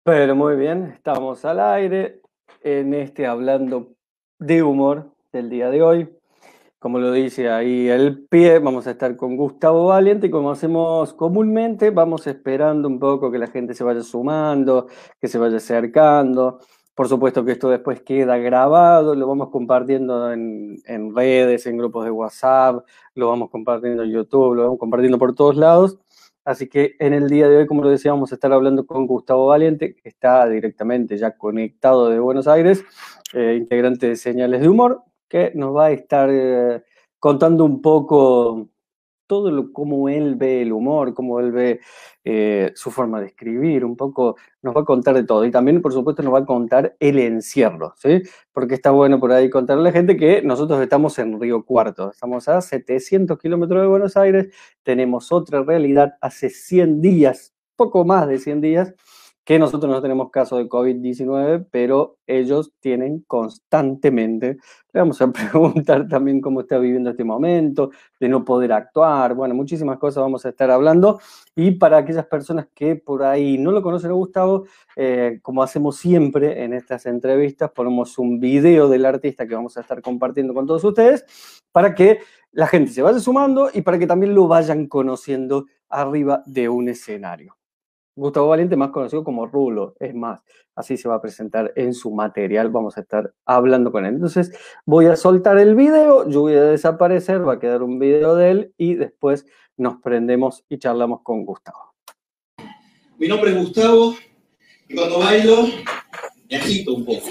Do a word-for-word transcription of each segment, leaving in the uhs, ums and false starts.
Pero muy bien, estamos al aire en este Hablando de Humor del día de hoy. Como lo dice ahí el pie, vamos a estar con Gustavo Valiente y como hacemos comúnmente, vamos esperando un poco que la gente se vaya sumando, que se vaya acercando. Por supuesto que esto después queda grabado, lo vamos compartiendo en, en redes, en grupos de WhatsApp, lo vamos compartiendo en YouTube, lo vamos compartiendo por todos lados. Así que en el día de hoy, como lo decía, vamos a estar hablando con Gustavo Valiente, que está directamente ya conectado de Buenos Aires, eh, integrante de Señales de Humor, que nos va a estar eh, contando un poco todo lo, cómo él ve el humor, cómo él ve eh, su forma de escribir, un poco nos va a contar de todo. Y también, por supuesto, nos va a contar el encierro, ¿sí? Porque está bueno por ahí contarle a la gente que nosotros estamos en Río Cuarto, estamos a setecientos kilómetros de Buenos Aires, tenemos otra realidad hace cien días, poco más de cien días, que nosotros no tenemos caso de COVID diecinueve, pero ellos tienen constantemente. Le vamos a preguntar también cómo está viviendo este momento, de no poder actuar, bueno, muchísimas cosas vamos a estar hablando. Y para aquellas personas que por ahí no lo conocen a Gustavo, eh, como hacemos siempre en estas entrevistas, ponemos un video del artista que vamos a estar compartiendo con todos ustedes para que la gente se vaya sumando y para que también lo vayan conociendo arriba de un escenario. Gustavo Valiente, más conocido como Rulo, es más, así se va a presentar en su material, vamos a estar hablando con él. Entonces voy a soltar el video, yo voy a desaparecer, va a quedar un video de él y después nos prendemos y charlamos con Gustavo. Mi nombre es Gustavo y cuando bailo me agito un poco.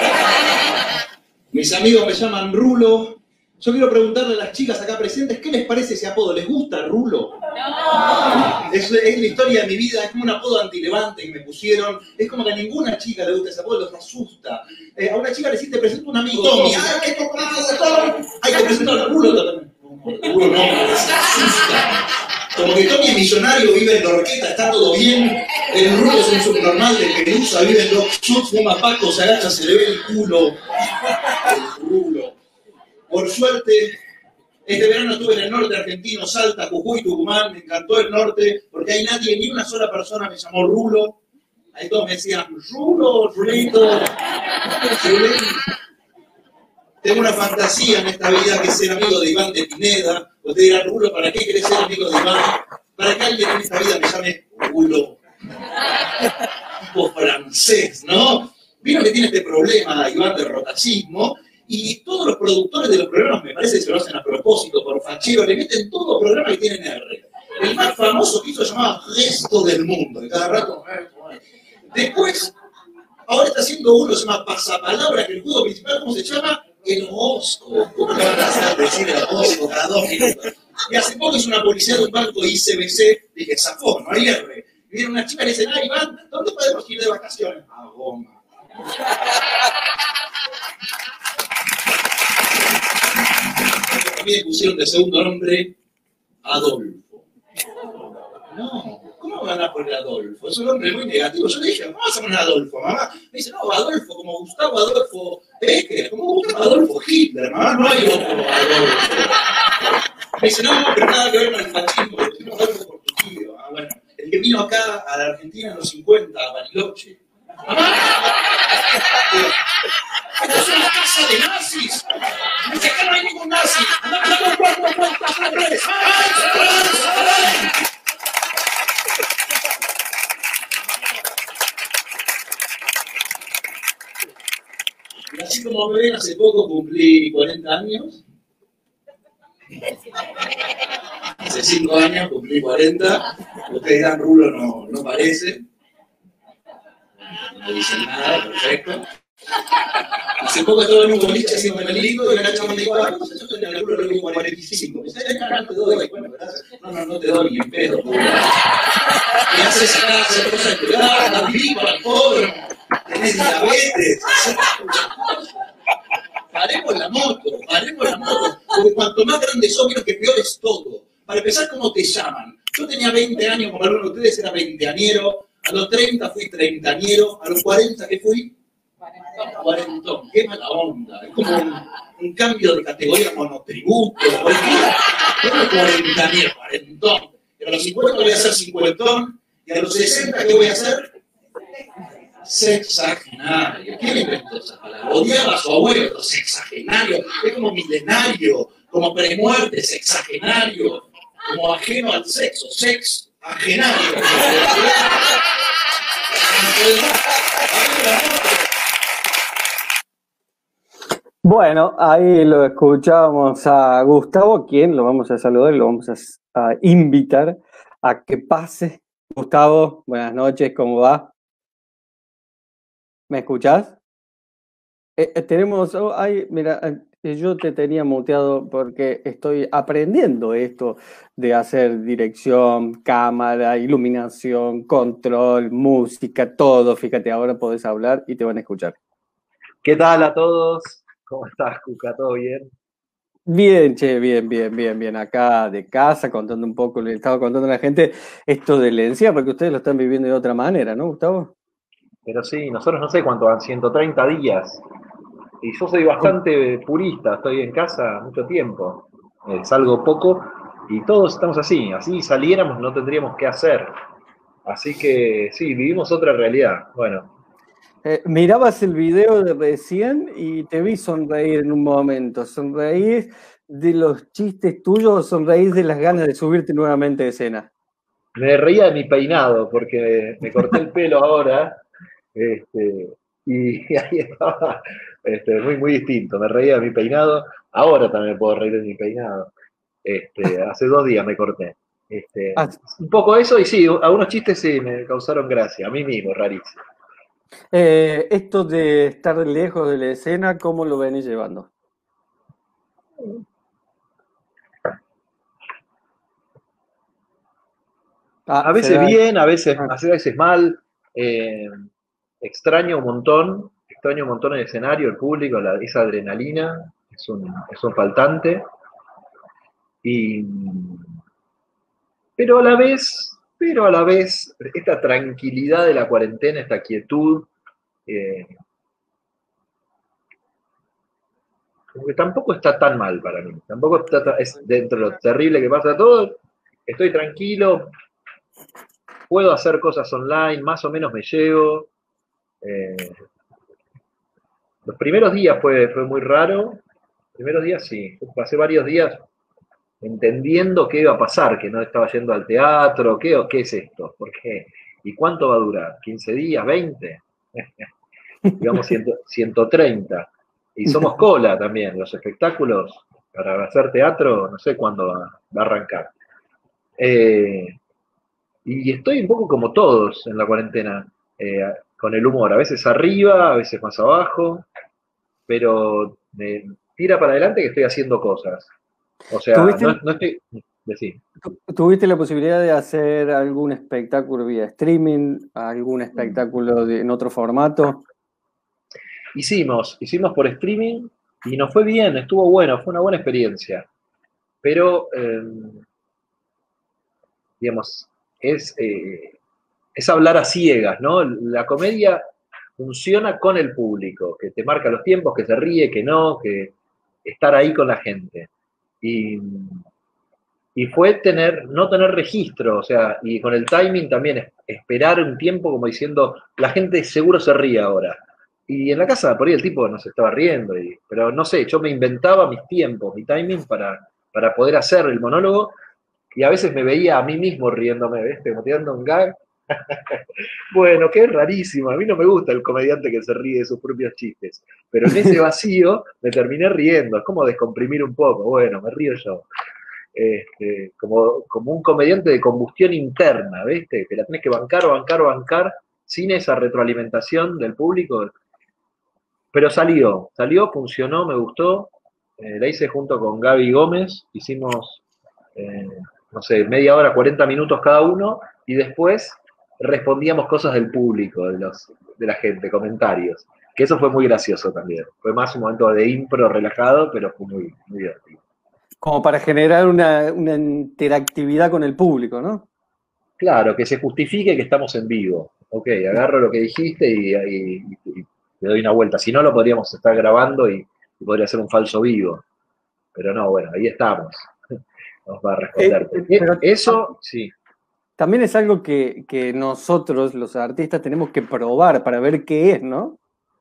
Mis amigos me llaman Rulo. Yo quiero preguntarle a las chicas acá presentes, ¿qué les parece ese apodo? ¿Les gusta Rulo? No. Es, es la historia de mi vida, es como un apodo antilevante que me pusieron. Es como que a ninguna chica le gusta ese apodo, los asusta. Eh, a una chica le dice, te presento un amigo, Tommy. ¡Ay, qué tocado! ¡Ay, te presento a Rulo también! No, Rulo no, se asusta. Como que Tommy es millonario, vive en Lorqueta, está todo bien. El Rulo es un subnormal de Pelusa, vive en Rock Sud, fuma Paco, se agacha, se le ve el culo. El Rulo. Por suerte, este verano estuve en el norte argentino, Salta, Jujuy, Tucumán, me encantó el norte, porque hay nadie, ni una sola persona me llamó Rulo. Ahí todos me decían, Rulo, Rulito, Rulito. Tengo una fantasía en esta vida que es ser amigo de Iván de Pineda. Usted dirá, Rulo, ¿para qué querés ser amigo de Iván? Para que alguien en esta vida me llame Rulo. Tipo francés, ¿no? Vino que tiene este problema, Iván, del rotacismo. Y todos los productores de los programas, me parece que se lo hacen a propósito, por fachero, le meten todos los programas que tienen R. El más famoso que hizo se llamaba Resto del Mundo, y cada rato... Después, ahora está haciendo uno que se llama Pasapalabra, que el juego principal, ¿cómo se llama? El Osco. ¿Cómo le van a hacer decir el Osco cada dos minutos? Y hace poco es una policía de un banco I C B C, dije, zafó, no hay R. Y viene una chica y le dice, ah, Iván, ¿dónde podemos ir de vacaciones? A Goma. A mí me pusieron de segundo nombre Adolfo. No, ¿cómo van a poner Adolfo? Es un nombre muy negativo. Yo le dije, ¿cómo vas a poner Adolfo, mamá? Me dice, no, Adolfo, como Gustavo Adolfo Becker, como Gustavo Adolfo Hitler, mamá, no hay otro Adolfo. Me dice, no, pero nada que ver con el fascismo, porque no Adolfo por tu tío. Ah, bueno, el que vino acá a la Argentina en los cincuenta, a Bariloche. ¡Mamá! ¡Esto es una casa de nazis! ¡Me dice que no hay ningún nazi! Y así como me ven, hace poco cumplí cuarenta años. Hace cinco años cumplí cuarenta. Ustedes dirán, Rulo no, no parece. No dicen nada, perfecto. Hace poco estaba en un boliche haciendo el lindo y la chama me dijo, ah, ¿cómo se llama? En el Rulo le digo cuarenta y cinco. Me dice, no, no te doy. Bueno, ¿verdad? No, no, no te doy ni en pedo. ¿Qué haces acá? Hacer cosas de cuidar, la pipa, el pobre. Tenés diabetes. Paremos la moto, paremos la moto. Porque cuanto más grande sos, menos que peor es todo. Para empezar, ¿cómo te llaman? Yo tenía veinte años, como alguno de ustedes era veinteañero. A los treinta fui treintañero. A los cuarenta, ¿qué fui? Cuarentón. Qué mala onda. Es como un, un cambio de categoría monotributo. Como cuarentañero, cuarentón. Y a los cincuenta voy a ser cincuentón. Y a los sesenta, ¿qué voy a hacer? Sexagenario. ¿Quién inventó esa palabra? Odiaba a su abuelo, sexagenario. Es como milenario, como premuerte, sexagenario, como ajeno al sexo, sexagenario. Bueno, ahí lo escuchábamos a Gustavo, quien lo vamos a saludar y lo vamos a, a invitar a que pase. Gustavo, buenas noches, ¿cómo va? ¿Me escuchás? Eh, eh, tenemos, oh, ay, mira, eh, yo te tenía muteado porque estoy aprendiendo esto de hacer dirección, cámara, iluminación, control, música, todo. Fíjate, ahora podés hablar y te van a escuchar. ¿Qué tal a todos? ¿Cómo estás, Cuca? ¿Todo bien? Bien, che, bien, bien, bien, bien. Acá de casa, contando un poco, le estaba contando a la gente esto del encierro, porque ustedes lo están viviendo de otra manera, ¿no, Gustavo? Pero sí, nosotros no sé cuánto van, ciento treinta días. Y yo soy bastante purista, estoy en casa mucho tiempo. Eh, salgo poco y todos estamos así. Así saliéramos no tendríamos qué hacer. Así que sí, vivimos otra realidad. Bueno. Eh, mirabas el video de recién y te vi sonreír en un momento. ¿Sonreír de los chistes tuyos o sonreír de las ganas de subirte nuevamente de escena? Me reía de mi peinado porque me corté el pelo ahora. Este, y ahí estaba este, muy, muy distinto. Me reía de mi peinado. Ahora también me puedo reír de mi peinado. Este, hace dos días me corté. Este, Ah, un poco eso, y sí, algunos chistes sí me causaron gracia. A mí mismo, rarísimo. eh, esto de estar lejos de la escena, ¿cómo lo venís llevando? Ah, a veces da... bien, a veces, ah. a veces mal. Eh, extraño un montón, extraño un montón el escenario, el público, la, esa adrenalina, es un, es un faltante. Y, pero a la vez, pero a la vez, esta tranquilidad de la cuarentena, esta quietud, eh, como que tampoco está tan mal para mí. Tampoco está, es dentro de lo terrible que pasa todo. Estoy tranquilo, puedo hacer cosas online, más o menos me llevo. Eh, los primeros días fue, fue muy raro. Los primeros días sí. Pasé varios días entendiendo qué iba a pasar, que no estaba yendo al teatro, qué, qué es esto, por qué, y cuánto va a durar, quince días, veinte, digamos ciento treinta. Y somos cola también, los espectáculos para hacer teatro, no sé cuándo va, va a arrancar. Eh, y estoy un poco como todos en la cuarentena, eh, con el humor, a veces arriba, a veces más abajo, pero me tira para adelante que estoy haciendo cosas. O sea, no, no estoy... Decí. ¿Tuviste la posibilidad de hacer algún espectáculo vía streaming, algún espectáculo de, en otro formato? Hicimos, hicimos por streaming y nos fue bien, estuvo bueno, fue una buena experiencia. Pero, eh, digamos, es, eh, es hablar a ciegas, ¿no? La comedia funciona con el público, que te marca los tiempos, que se ríe, que no, que estar ahí con la gente. Y, y fue tener, no tener registro, o sea, y con el timing también esperar un tiempo como diciendo, la gente seguro se ríe ahora. Y en la casa, por ahí el tipo no se estaba riendo, y, pero no sé, yo me inventaba mis tiempos, mi timing para, para poder hacer el monólogo, y a veces me veía a mí mismo riéndome, ¿ves? Como tirando un gag. Bueno, qué rarísimo, a mí no me gusta el comediante que se ríe de sus propios chistes, pero en ese vacío me terminé riendo, es como descomprimir un poco, bueno, me río yo. Este, como, como un comediante de combustión interna, ¿viste? Que la tenés que bancar, bancar, bancar, sin esa retroalimentación del público. Pero salió, salió, funcionó, me gustó. Eh, la hice junto con Gaby Gómez, hicimos, eh, no sé, media hora, cuarenta minutos cada uno, y después respondíamos cosas del público, de, los, de la gente, comentarios. Que eso fue muy gracioso también. Fue más un momento de impro relajado, pero fue muy, muy divertido. Como para generar una, una interactividad con el público, ¿no? Claro, que se justifique que estamos en vivo. Ok, agarro lo que dijiste y, y, y le doy una vuelta. Si no, lo podríamos estar grabando y, y podría ser un falso vivo. Pero no, bueno, ahí estamos. Nos va a responder. Eh, pero, Eso, sí. también es algo que, que nosotros, los artistas, tenemos que probar para ver qué es, ¿no?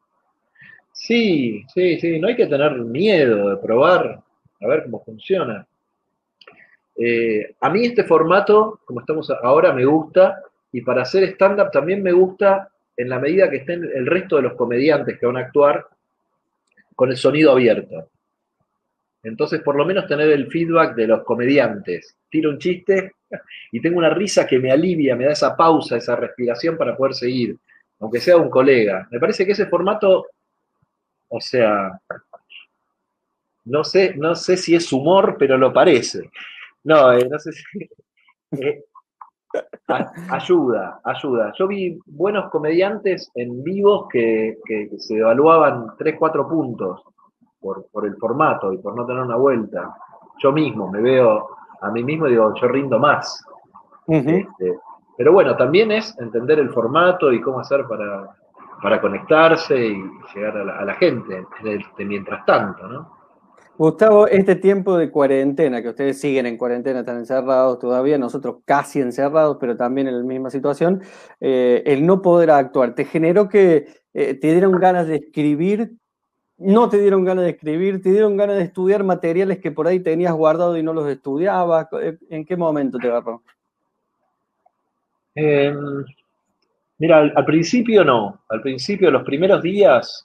Sí, sí, sí, no hay que tener miedo de probar, a ver cómo funciona. Eh, a mí este formato, como estamos ahora, me gusta, y para hacer stand-up también me gusta en la medida que estén el resto de los comediantes que van a actuar con el sonido abierto. Entonces, por lo menos tener el feedback de los comediantes. Tiro un chiste y tengo una risa que me alivia, me da esa pausa, esa respiración para poder seguir, aunque sea un colega. Me parece que ese formato, o sea, no sé, no sé si es humor, pero lo parece. No, eh, no sé si... Eh, ayuda, ayuda. Yo vi buenos comediantes en vivos que, que se evaluaban tres, cuatro puntos por, por el formato y por no tener una vuelta. Yo mismo me veo a mí mismo y digo, yo rindo más. Uh-huh. Este, pero bueno, también es entender el formato y cómo hacer para, para conectarse y llegar a la, a la gente de, de mientras tanto, ¿no? Gustavo, este tiempo de cuarentena, que ustedes siguen en cuarentena, están encerrados todavía, nosotros casi encerrados, pero también en la misma situación, eh, el no poder actuar, ¿te generó que eh, te dieron ganas de escribir? ¿No te dieron ganas de escribir? ¿Te dieron ganas de estudiar materiales que por ahí tenías guardado y no los estudiabas? ¿En qué momento te agarró? Eh, mira, al, al principio no. Al principio, los primeros días,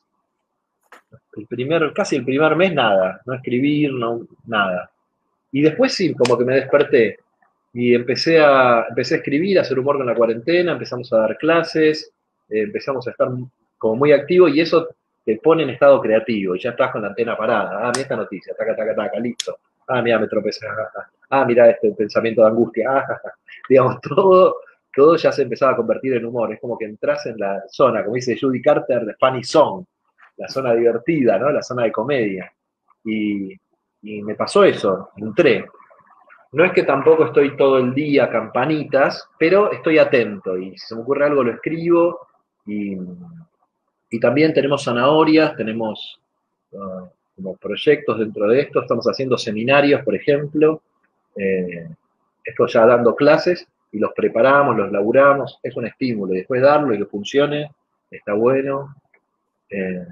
el primer, casi el primer mes, nada. No escribir, no, nada. Y después sí, como que me desperté. Y empecé a, empecé a escribir, a hacer humor con la cuarentena, empezamos a dar clases, eh, empezamos a estar como muy activos y eso te pone en estado creativo y ya estás con la antena parada. Ah, mira esta noticia, taca, taca, taca, listo. Ah, mira, me tropecé. Ah, mira este pensamiento de angustia. Ah, digamos, todo, todo ya se empezaba a convertir en humor. Es como que entras en la zona, como dice Judy Carter, de Funny Zone, la zona divertida, ¿no? La zona de comedia. Y, y me pasó eso, entré. No es que tampoco estoy todo el día campanitas, pero estoy atento y si se me ocurre algo lo escribo y, y también tenemos zanahorias, tenemos uh, como proyectos dentro de esto, estamos haciendo seminarios, por ejemplo, eh, esto ya dando clases y los preparamos, los laburamos, es un estímulo y después darlo y que funcione, está bueno. Eh,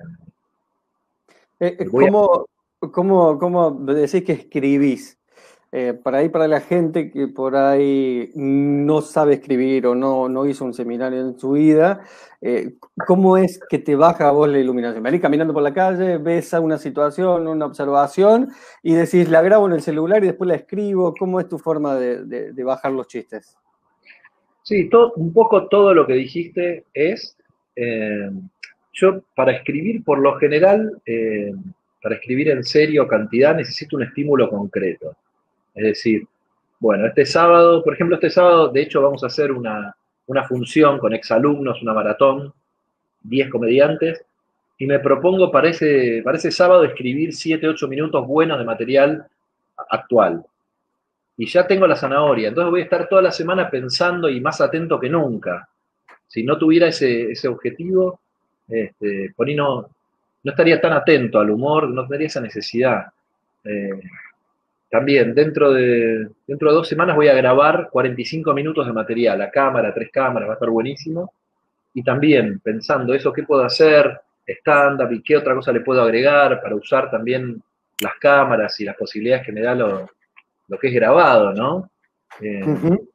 eh, ¿cómo, a... ¿cómo, ¿Cómo decís que escribís? Eh, para ahí, para la gente que por ahí no sabe escribir o no, no hizo un seminario en su vida, eh, ¿cómo es que te baja a vos la iluminación? Venís caminando por la calle, ves a una situación, una observación y decís, la grabo en el celular y después la escribo. ¿Cómo es tu forma de, de, de bajar los chistes? Sí, todo, un poco todo lo que dijiste es... Eh, yo para escribir, por lo general, eh, para escribir en serio cantidad, necesito un estímulo concreto. Es decir, bueno, este sábado, por ejemplo, este sábado, de hecho, vamos a hacer una, una función con exalumnos, una maratón, diez comediantes, y me propongo para ese, para ese sábado escribir siete, ocho minutos buenos de material actual. Y ya tengo la zanahoria, entonces voy a estar toda la semana pensando y más atento que nunca. Si no tuviera ese, ese objetivo, este, por ahí no, no estaría tan atento al humor, no tendría esa necesidad. Eh, También, dentro de, dentro de dos semanas voy a grabar cuarenta y cinco minutos de material, a cámara, tres cámaras, va a estar buenísimo. Y también pensando eso, ¿qué puedo hacer? Stand-up y qué otra cosa le puedo agregar para usar también las cámaras y las posibilidades que me da lo, lo que es grabado, ¿no? Eh, uh-huh.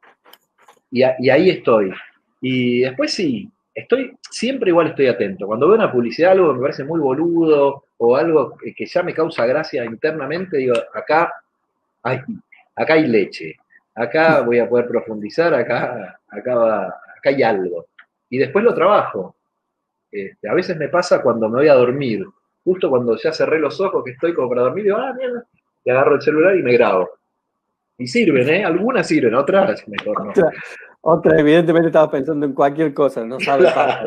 y, a, y ahí estoy. Y después sí, estoy, siempre igual estoy atento. Cuando veo una publicidad, algo que me parece muy boludo, o algo que ya me causa gracia internamente, digo, acá hay, acá hay leche, acá voy a poder profundizar, acá, acá, va, acá hay algo. Y después lo trabajo. Este, a veces me pasa cuando me voy a dormir, justo cuando ya cerré los ojos, que estoy como para dormir, digo, ah, mierda, y agarro el celular y me grabo. Y sirven, ¿eh? Algunas sirven, otras mejor no. Otra, otra evidentemente estaba pensando en cualquier cosa, no sabes para.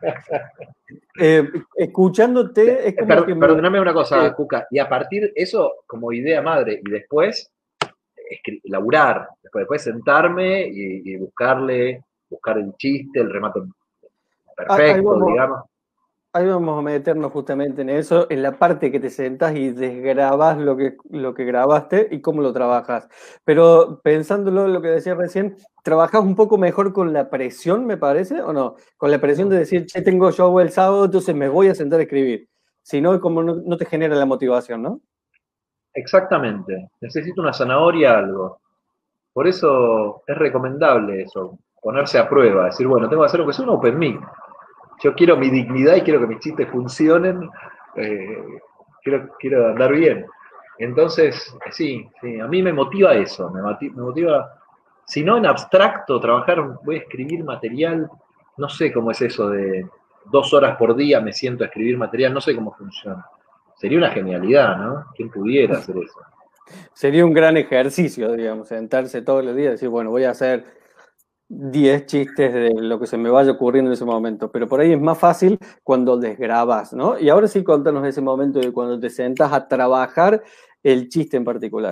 Eh, escuchándote es como per, que... Perdóname me... una cosa, eh, Cuca, y a partir de eso, como idea madre, y después laburar, después, después sentarme y, y buscarle, buscar el chiste, el remate perfecto, ahí vamos, digamos. Ahí vamos a meternos justamente en eso, en la parte que te sentás y desgrabás lo que, lo que grabaste y cómo lo trabajas. Pero pensándolo en lo que decía recién, trabajás un poco mejor con la presión, me parece, ¿o no? Con la presión de decir, che, tengo show el sábado, entonces me voy a sentar a escribir. Si no, como no, no te genera la motivación, ¿no? Exactamente. Necesito una zanahoria, algo. Por eso es recomendable eso, ponerse a prueba, decir, bueno, tengo que hacer lo que es un open mic. Yo quiero mi dignidad y quiero que mis chistes funcionen, eh, quiero, quiero andar bien. Entonces, sí, sí, a mí me motiva eso, me motiva, me motiva, si no en abstracto, trabajar, voy a escribir material, no sé cómo es eso de dos horas por día me siento a escribir material, no sé cómo funciona. Sería una genialidad, ¿no? ¿Quién pudiera hacer eso? Sería un gran ejercicio, digamos, sentarse todos los días y decir, bueno, voy a hacer diez chistes de lo que se me vaya ocurriendo en ese momento, pero por ahí es más fácil cuando desgrabas, ¿no? Y ahora sí, contanos ese momento de cuando te sentas a trabajar el chiste en particular.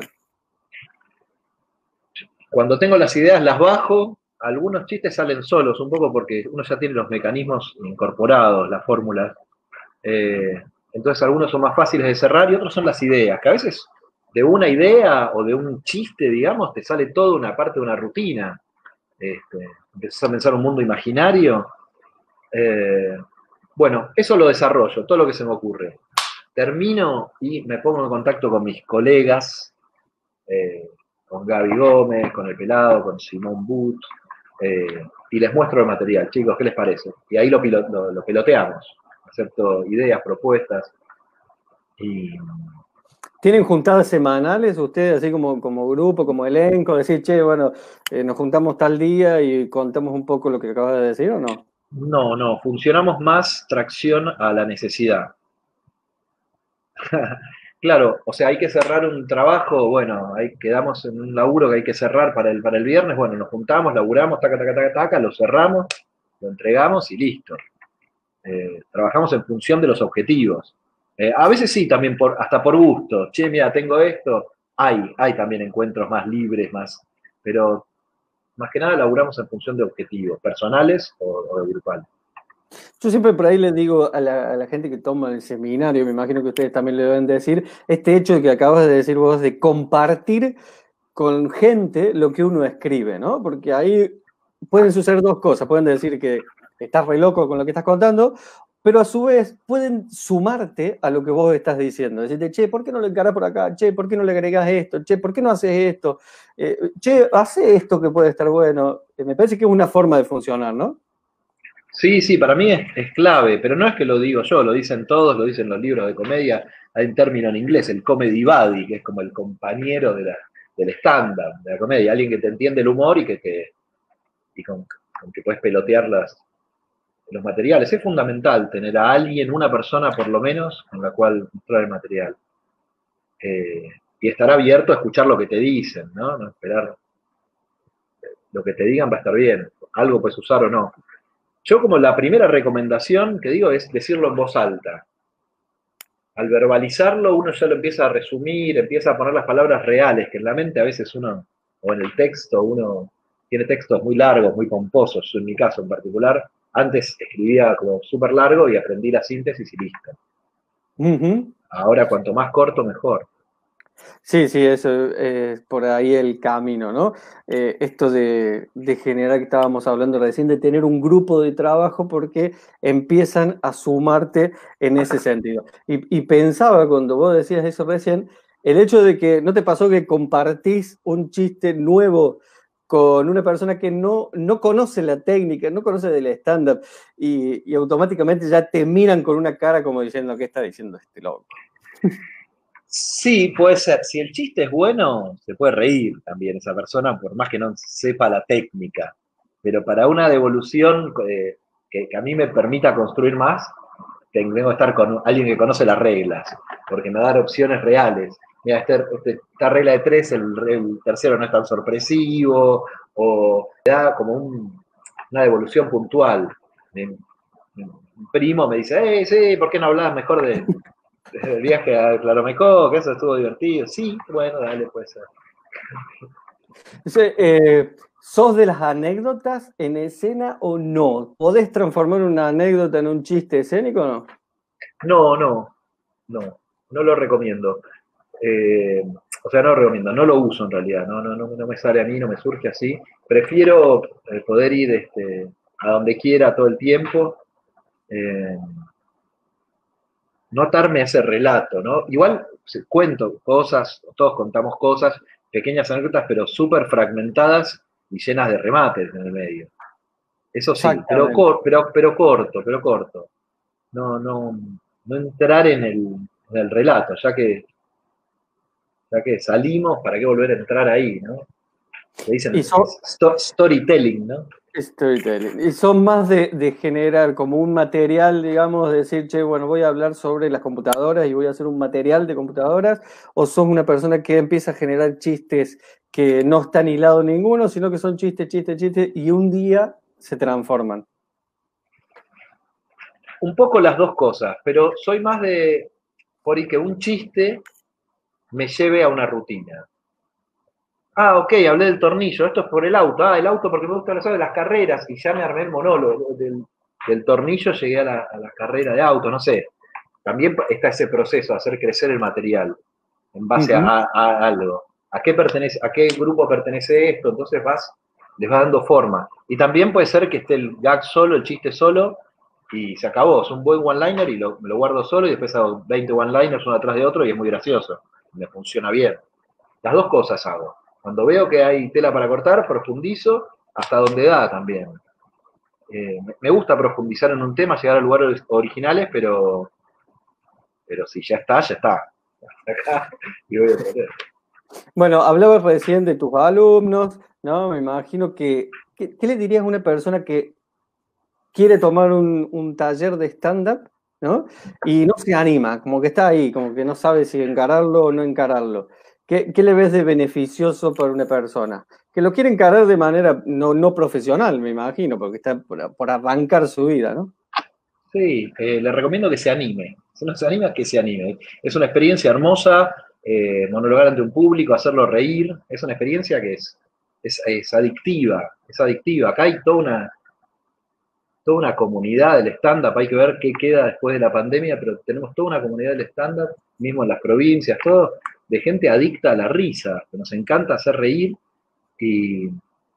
Cuando tengo las ideas las bajo, algunos chistes salen solos, un poco porque uno ya tiene los mecanismos incorporados, las fórmulas. Eh, entonces algunos son más fáciles de cerrar y otros son las ideas, que a veces de una idea o de un chiste, digamos, te sale toda una parte de una rutina. Este, empezás a pensar un mundo imaginario. Eh, bueno, eso lo desarrollo, todo lo que se me ocurre. Termino y me pongo en contacto con mis colegas, eh, con Gaby Gómez, con El Pelado, con Simón But, eh, y les muestro el material. Chicos, ¿qué les parece? Y ahí lo, pilo, lo, lo peloteamos. Acepto ideas, propuestas. Y... ¿Tienen juntadas semanales ustedes, así como, como grupo, como elenco? Decir, che, bueno, eh, nos juntamos tal día y contamos un poco lo que acabas de decir, ¿o no? No, no, funcionamos más tracción a la necesidad. Claro, o sea, hay que cerrar un trabajo, bueno, ahí quedamos en un laburo que hay que cerrar para el, para el viernes, bueno, nos juntamos, laburamos, taca, taca, taca, taca, lo cerramos, lo entregamos y listo. Eh, trabajamos en función de los objetivos. Eh, a veces sí, también por, hasta por gusto. Che, mira, tengo esto. Hay, hay también encuentros más libres, más, pero más que nada laburamos en función de objetivos, personales o, o de grupales. Yo siempre por ahí les digo a la, a la gente que toma el seminario, me imagino que ustedes también le deben decir, este hecho de que acabas de decir vos de compartir con gente lo que uno escribe, ¿no? Porque ahí pueden suceder dos cosas. Pueden decir que estás re loco con lo que estás contando, pero a su vez pueden sumarte a lo que vos estás diciendo. Decirte, che, ¿por qué no lo encarás por acá? Che, ¿por qué no le agregás esto? Che, ¿por qué no haces esto? Eh, che, hace esto que puede estar bueno. Eh, me parece que es una forma de funcionar, ¿no? Sí, sí, para mí es, es clave, pero no es que lo digo yo, lo dicen todos, lo dicen los libros de comedia. Hay un término en inglés, el comedy buddy, que es como el compañero de la, del estándar, de la comedia, alguien que te entiende el humor y que, que y con, con que puedes pelotear las, los materiales. Es fundamental tener a alguien, una persona por lo menos, con la cual mostrar el material. Eh, y estar abierto a escuchar lo que te dicen, ¿no? No esperar. Lo que te digan va a estar bien, algo puedes usar o no. Yo como la primera recomendación que digo es decirlo en voz alta. Al verbalizarlo uno ya lo empieza a resumir, empieza a poner las palabras reales, que en la mente a veces uno, o en el texto, uno tiene textos muy largos, muy pomposos. Yo en mi caso en particular, antes escribía como súper largo y aprendí la síntesis y listo. Uh-huh. Ahora cuanto más corto, mejor. Sí, sí, eso es por ahí el camino, ¿no? Eh, esto de, de generar, que estábamos hablando recién, de tener un grupo de trabajo porque empiezan a sumarte en ese sentido. Y, y pensaba cuando vos decías eso recién, el hecho de que no te pasó que compartís un chiste nuevo con una persona que no, no conoce la técnica, no conoce del stand-up y, y automáticamente ya te miran con una cara como diciendo, ¿qué está diciendo este loco? Sí, puede ser. Si el chiste es bueno, se puede reír también esa persona, por más que no sepa la técnica. Pero para una devolución eh, que, que a mí me permita construir más, tengo que estar con alguien que conoce las reglas, porque me da opciones reales. Mira, este, este, esta regla de tres, el, el tercero no es tan sorpresivo, o me da como un, una devolución puntual. Mi, mi primo me dice, eh, sí, ¿por qué no hablabas mejor de... el viaje a Claromecó, que eso estuvo divertido? Sí, bueno, dale, puede ser. Entonces, eh, ¿sos de las anécdotas en escena o no? ¿Podés transformar una anécdota en un chiste escénico o no? No, no, no, no lo recomiendo. Eh, O sea, no lo recomiendo, no lo uso en realidad, no, no, no, no me sale a mí, no me surge así. Prefiero eh, poder ir este, a donde quiera todo el tiempo, eh, no atarme a ese relato, ¿no? Igual cuento cosas, todos contamos cosas, pequeñas anécdotas, pero súper fragmentadas y llenas de remates en el medio. Eso sí, pero, Exactamente. cor, pero, pero corto, pero corto. No, no, no entrar en el, en el relato, ya que, ya que salimos, ¿para qué volver a entrar ahí, no? Le Y dicen son, sto- storytelling, ¿no? storytelling. Y son más de, de generar como un material, digamos, de decir, che, bueno, voy a hablar sobre las computadoras y voy a hacer un material de computadoras, o sos una persona que empieza a generar chistes que no están hilados ninguno, sino que son chistes, chistes, chistes, y un día se transforman. Un poco las dos cosas, pero soy más de por ahí que un chiste me lleve a una rutina. Ah, ok, hablé del tornillo, esto es por el auto. Ah, el auto porque me gusta de las carreras y ya me armé el monólogo del, del tornillo, llegué a la, a la carrera de auto, no sé. También está ese proceso de hacer crecer el material en base Uh-huh. a, a, a algo. ¿A qué, pertenece, ¿A qué grupo pertenece esto? Entonces vas, les vas dando forma. Y también puede ser que esté el gag solo, el chiste solo, y se acabó. Es un buen one-liner y lo, me lo guardo solo y después hago veinte one-liners uno atrás de otro y es muy gracioso. Me funciona bien. Las dos cosas hago. Cuando veo que hay tela para cortar, profundizo hasta donde da también. Eh, me gusta profundizar en un tema, llegar a lugares originales, pero, pero si ya está, ya está. Acá, y voy a poner. Bueno, hablabas recién de tus alumnos, ¿no? Me imagino que, ¿qué, qué le dirías a una persona que quiere tomar un, un taller de stand-up, ¿no? Y no se anima, como que está ahí, como que no sabe si encararlo o no encararlo? ¿Qué, qué le ves de beneficioso para una persona? Que lo quiere encarar de manera no, no profesional, me imagino, porque está por, por arrancar su vida, ¿no? Sí, eh, le recomiendo que se anime. Si no se anima, que se anime. Es una experiencia hermosa, eh, monologar ante un público, hacerlo reír. Es una experiencia que es, es, es adictiva, es adictiva. Acá hay toda una, toda una comunidad del stand-up, hay que ver qué queda después de la pandemia, pero tenemos toda una comunidad del stand-up, mismo en las provincias, todo, de gente adicta a la risa, que nos encanta hacer reír y,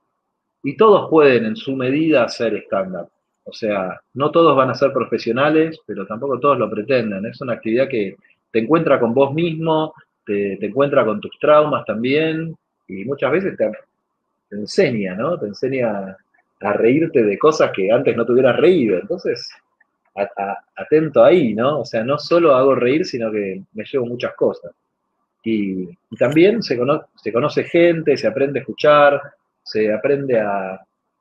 y todos pueden en su medida hacer stand-up. O sea, no todos van a ser profesionales, pero tampoco todos lo pretenden. Es una actividad que te encuentra con vos mismo, te, te encuentra con tus traumas también, y muchas veces te, te enseña, ¿no? Te enseña a reírte de cosas que antes no te hubieras reído. Entonces, a, a, atento ahí, ¿no? O sea, no solo hago reír, sino que me llevo muchas cosas. Y, y también se, cono se conoce gente, se aprende a escuchar, se aprende a,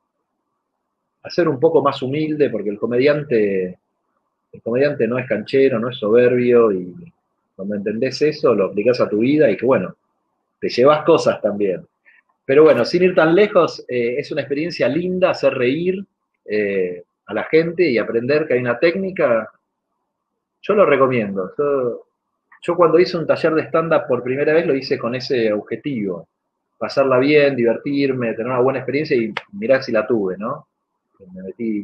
a ser un poco más humilde, porque el comediante, el comediante no es canchero, no es soberbio, y cuando entendés eso, lo aplicás a tu vida y que, bueno, te llevas cosas también. Pero bueno, sin ir tan lejos, eh, es una experiencia linda hacer reír eh, a la gente y aprender que hay una técnica. Yo lo recomiendo. Yo, yo cuando hice un taller de stand-up por primera vez lo hice con ese objetivo. Pasarla bien, divertirme, tener una buena experiencia y mirar si la tuve, ¿no? Me metí,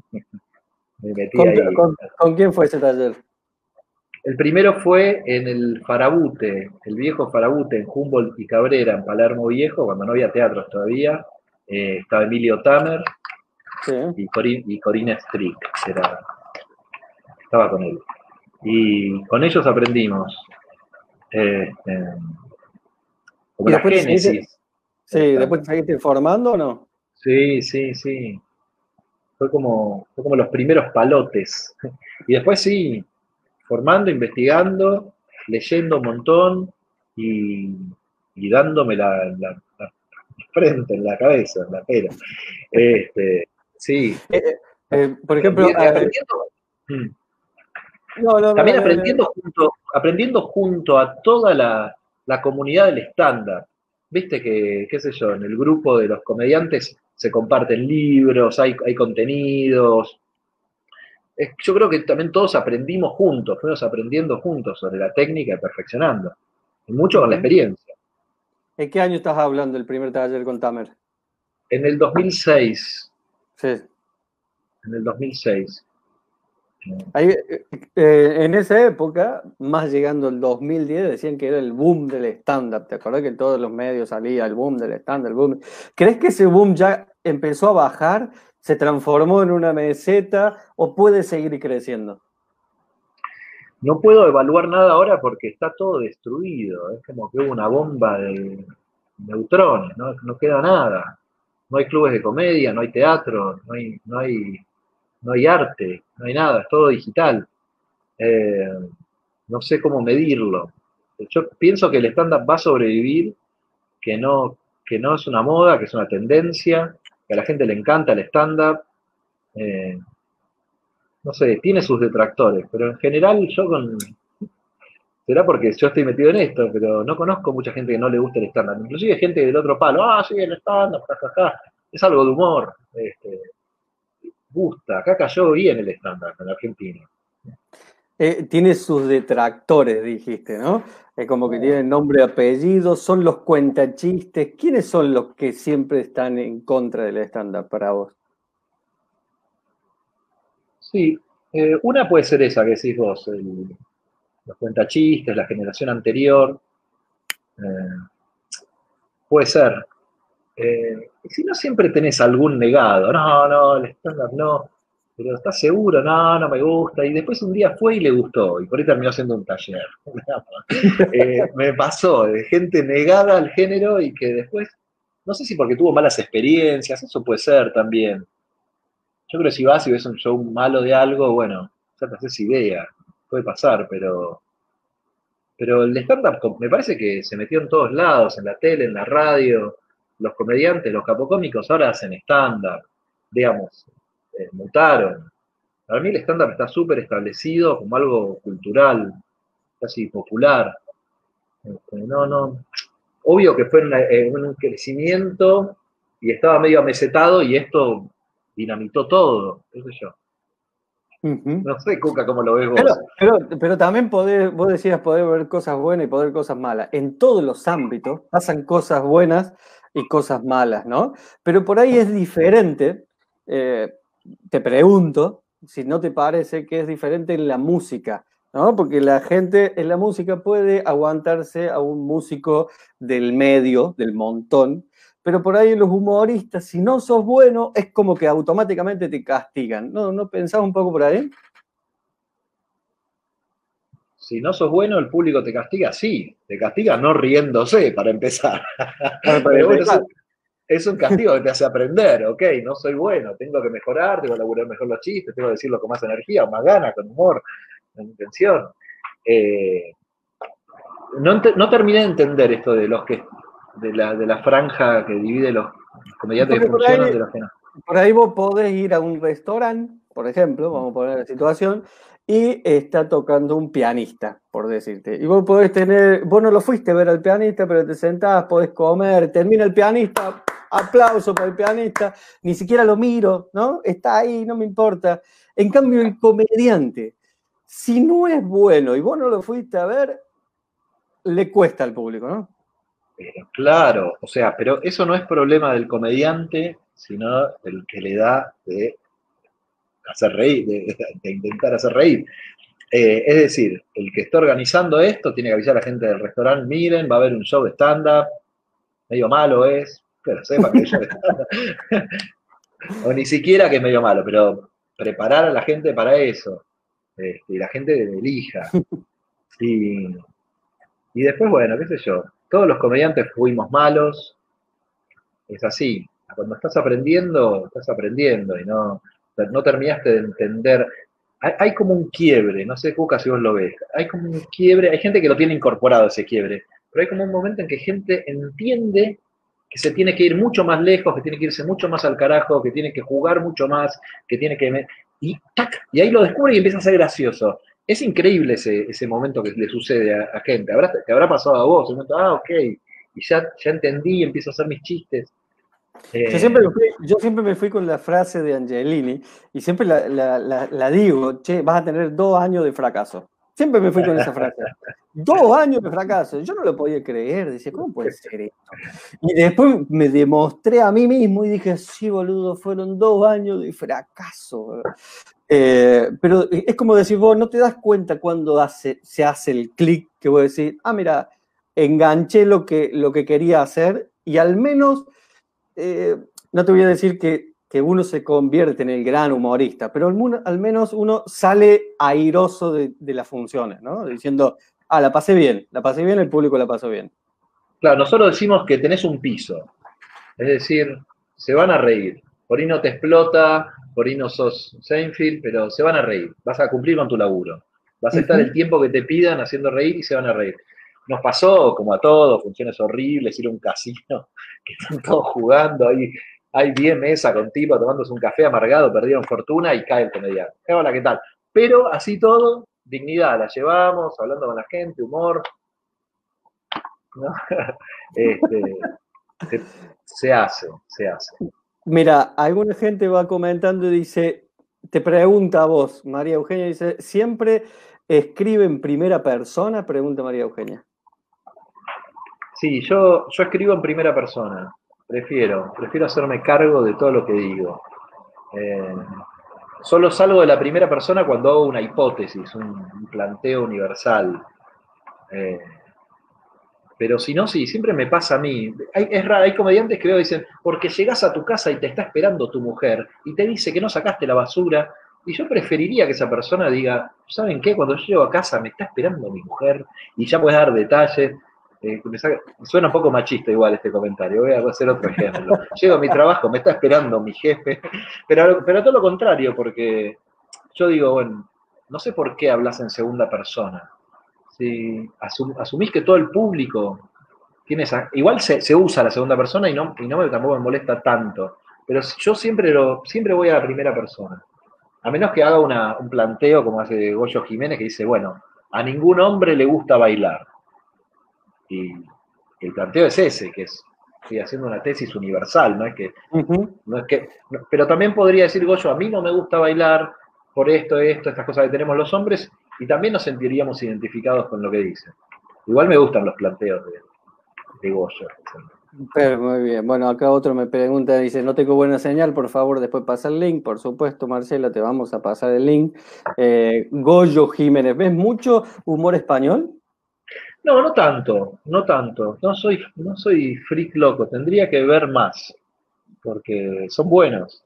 me metí ¿Con, ahí. con, con quién fue ese taller? El primero fue en el Farabute, el viejo Farabute, en Humboldt y Cabrera, en Palermo Viejo, cuando no había teatros todavía. Eh, estaba Emilio Tamer Sí. y, Corin, y Corina Strick, que era, estaba con él. Y con ellos aprendimos eh, eh, como ¿Y la después te seguiste, génesis sí, del después stand-up. te seguiste formando o no? Sí, sí, sí. Fue como, fue como los primeros palotes. Y después sí, formando, investigando, leyendo un montón y, y dándome la, la, la frente, en la cabeza, en la pera. Este, sí, Eh, eh, eh, por ejemplo, aprendiendo, eh, aprendiendo, mm, no, no, no, también dale, dale, dale. aprendiendo junto, aprendiendo junto a toda la, la comunidad del estándar. Viste que, qué sé yo, en el grupo de los comediantes se comparten libros, hay, hay contenidos. Es- yo creo que también todos aprendimos juntos, fuimos aprendiendo juntos sobre la técnica y perfeccionando. Y mucho con la Ujú. experiencia. ¿En qué año estás hablando del primer taller con Tamer? En el dos mil seis, Sí. en el dos mil seis. Ahí, eh, en esa época, más llegando el dos mil diez, decían que era el boom del stand-up. ¿Te acuerdas que en todos los medios salía el boom del stand-up? El boom. ¿Crees que ese boom ya empezó a bajar, se transformó en una meseta o puede seguir creciendo? No puedo evaluar nada ahora porque está todo destruido. Es como que hubo una bomba de neutrones, no, no queda nada. No hay clubes de comedia, no hay teatro, no hay, no hay, no hay arte, no hay nada, es todo digital. Eh, no sé cómo medirlo. Yo pienso que el stand-up va a sobrevivir, que no, que no es una moda, que es una tendencia, que a la gente le encanta el stand-up. Eh, no sé, tiene sus detractores, pero en general yo con... Será porque yo estoy metido en esto, pero no conozco mucha gente que no le guste el stand-up. Inclusive gente del otro palo, ah, sí, el stand-up, jajaja. Es algo de humor. Este, gusta. Acá cayó bien el stand-up en Argentina. Eh, tiene sus detractores, dijiste, ¿no? Es como que tienen nombre y apellido, son los cuentachistes. ¿Quiénes son los que siempre están en contra del stand-up para vos? Sí, eh, una puede ser esa que decís vos, el, los cuentachistes, la generación anterior. Eh, puede ser. Eh, y si no, siempre tenés algún negado. No, no, el stand-up no. Pero ¿estás seguro? No, no me gusta. Y después un día fue y le gustó. Y por ahí terminó haciendo un taller. eh, me pasó de gente negada al género y que después, no sé si porque tuvo malas experiencias, eso puede ser también. Yo creo que si vas y ves un show malo de algo, bueno, ya te haces idea. Puede pasar, pero... Pero el stand-up me parece que se metió en todos lados, en la tele, en la radio. Los comediantes, los capocómicos ahora hacen stand-up. Digamos, eh, mutaron. Para mí el stand-up está súper establecido como algo cultural, casi popular. Este, no, no. Obvio que fue una, eh, un crecimiento y estaba medio amesetado y esto dinamitó todo, qué sé yo. Uh-huh. No sé, Cuca, cómo lo ves vos. Pero, pero, pero también poder, vos decías poder ver cosas buenas y poder ver cosas malas. En todos los ámbitos pasan cosas buenas y cosas malas, ¿no? Pero por ahí es diferente. Eh, te pregunto si no te parece que es diferente en la música, ¿no? Porque la gente en la música puede aguantarse a un músico del medio, del montón, pero por ahí los humoristas, si no sos bueno, es como que automáticamente te castigan. ¿No, no pensás un poco por ahí? Si no sos bueno, el público te castiga, sí. Te castiga no riéndose, para empezar. Para Pero bueno, empezar. es un castigo que te hace aprender, ok, no soy bueno, tengo que mejorar, tengo que elaborar mejor los chistes, tengo que decirlo con más energía, con más ganas, con humor, con intención. Eh, no, no terminé de entender esto de los que de la, de la franja que divide los comediantes que funcionan ahí, de los que no. Por ahí vos podés ir a un restaurante, por ejemplo, vamos a poner la situación, y está tocando un pianista, por decirte. Y vos podés tener, vos no lo fuiste a ver al pianista, pero te sentás, podés comer, termina el pianista, aplauso para el pianista, ni siquiera lo miro, ¿no? Está ahí, no me importa. En cambio, el comediante, si no es bueno y vos no lo fuiste a ver, le cuesta al público, ¿no? Pero claro, o sea, pero eso no es problema del comediante, sino del que le da de hacer reír, de, de intentar hacer reír. Eh, es decir, el que está organizando esto tiene que avisar a la gente del restaurante, miren, va a haber un show de stand-up, medio malo es, pero sepan que es show de stand-up. O ni siquiera que es medio malo, pero preparar a la gente para eso, este, y la gente elija. Y, y después, bueno, qué sé yo, todos los comediantes fuimos malos, es así. Cuando estás aprendiendo, estás aprendiendo y no, no terminaste de entender. Hay, hay como un quiebre, no sé, Cuca, si vos lo ves. Hay como un quiebre, hay gente que lo tiene incorporado ese quiebre, pero hay como un momento en que gente entiende que se tiene que ir mucho más lejos, que tiene que irse mucho más al carajo, que tiene que jugar mucho más, que tiene que... Y, ¡tac! Y ahí lo descubre y empieza a ser gracioso. Es increíble ese, ese momento que le sucede a, a gente. ¿Habrá, te habrá pasado a vos? Un momento, ah, ok, y ya, ya entendí, empiezo a hacer mis chistes. Eh, yo, siempre fui, yo siempre me fui con la frase de Angelini y siempre la, la, la, la digo, che, vas a tener dos años de fracaso. Siempre me fui con esa frase. Dos años de fracaso. Yo no lo podía creer. Decía, ¿cómo puede ser esto? Y después me demostré a mí mismo y dije, sí, boludo, fueron dos años de fracaso. Eh, pero es como decir, vos no te das cuenta cuando hace, se hace el clic que voy a decir, ah, mira, enganché lo que, lo que quería hacer y al menos, eh, no te voy a decir que que uno se convierte en el gran humorista, pero al, al menos uno sale airoso de, de las funciones, ¿no? Diciendo, ah, la pasé bien, la pasé bien, el público la pasó bien. Claro, nosotros decimos que tenés un piso, es decir, se van a reír. Por ahí no te explota, por ahí no sos Seinfeld, pero se van a reír, vas a cumplir con tu laburo. Vas a estar el tiempo que te pidan haciendo reír y se van a reír. Nos pasó, como a todos, funciones horribles, ir a un casino, que están todos jugando ahí. Hay diez mesas con tipos tomándose un café amargado, perdieron fortuna y cae el comediante. Eh, hola, ¿qué tal? Pero así todo, dignidad, la llevamos, hablando con la gente, humor. ¿No? este, se, se hace, se hace. Mira, alguna gente va comentando y dice, te pregunta a vos, María Eugenia, dice, ¿siempre escribe en primera persona? Pregunta María Eugenia. Sí, yo, yo escribo en primera persona. Prefiero, prefiero hacerme cargo de todo lo que digo. Eh, solo salgo de la primera persona cuando hago una hipótesis, un, un planteo universal. Eh, pero si no, sí, siempre me pasa a mí. Hay, es raro, hay comediantes que veo y dicen, porque llegás a tu casa y te está esperando tu mujer y te dice que no sacaste la basura. Y yo preferiría que esa persona diga, ¿saben qué? Cuando yo llego a casa me está esperando mi mujer y ya puedes dar detalles. Eh, me saca, suena un poco machista igual este comentario, voy a hacer otro ejemplo. Llego a mi trabajo, me está esperando mi jefe, pero, pero todo lo contrario, porque yo digo, bueno, no sé por qué hablas en segunda persona. Si asum, asumís que todo el público tiene esa... Igual se, se usa la segunda persona y no, y no me, tampoco me molesta tanto, pero yo siempre, lo, siempre voy a la primera persona. A menos que haga una, un planteo como hace Goyo Jiménez que dice, bueno, a ningún hombre le gusta bailar. Y el planteo es ese, que es, estoy haciendo una tesis universal, no es que, uh-huh. no es que no, pero también podría decir Goyo, a mí no me gusta bailar por esto, esto, estas cosas que tenemos los hombres, y también nos sentiríamos identificados con lo que dice. Igual me gustan los planteos de, de Goyo. Pero muy bien. Bueno, acá otro me pregunta, dice, no tengo buena señal, por favor, después pasa el link. Por supuesto, Marcela, te vamos a pasar el link. Eh, Goyo Jiménez, ¿ves mucho humor español? No, no tanto, no tanto. No soy, no soy freak loco, tendría que ver más, porque son buenos.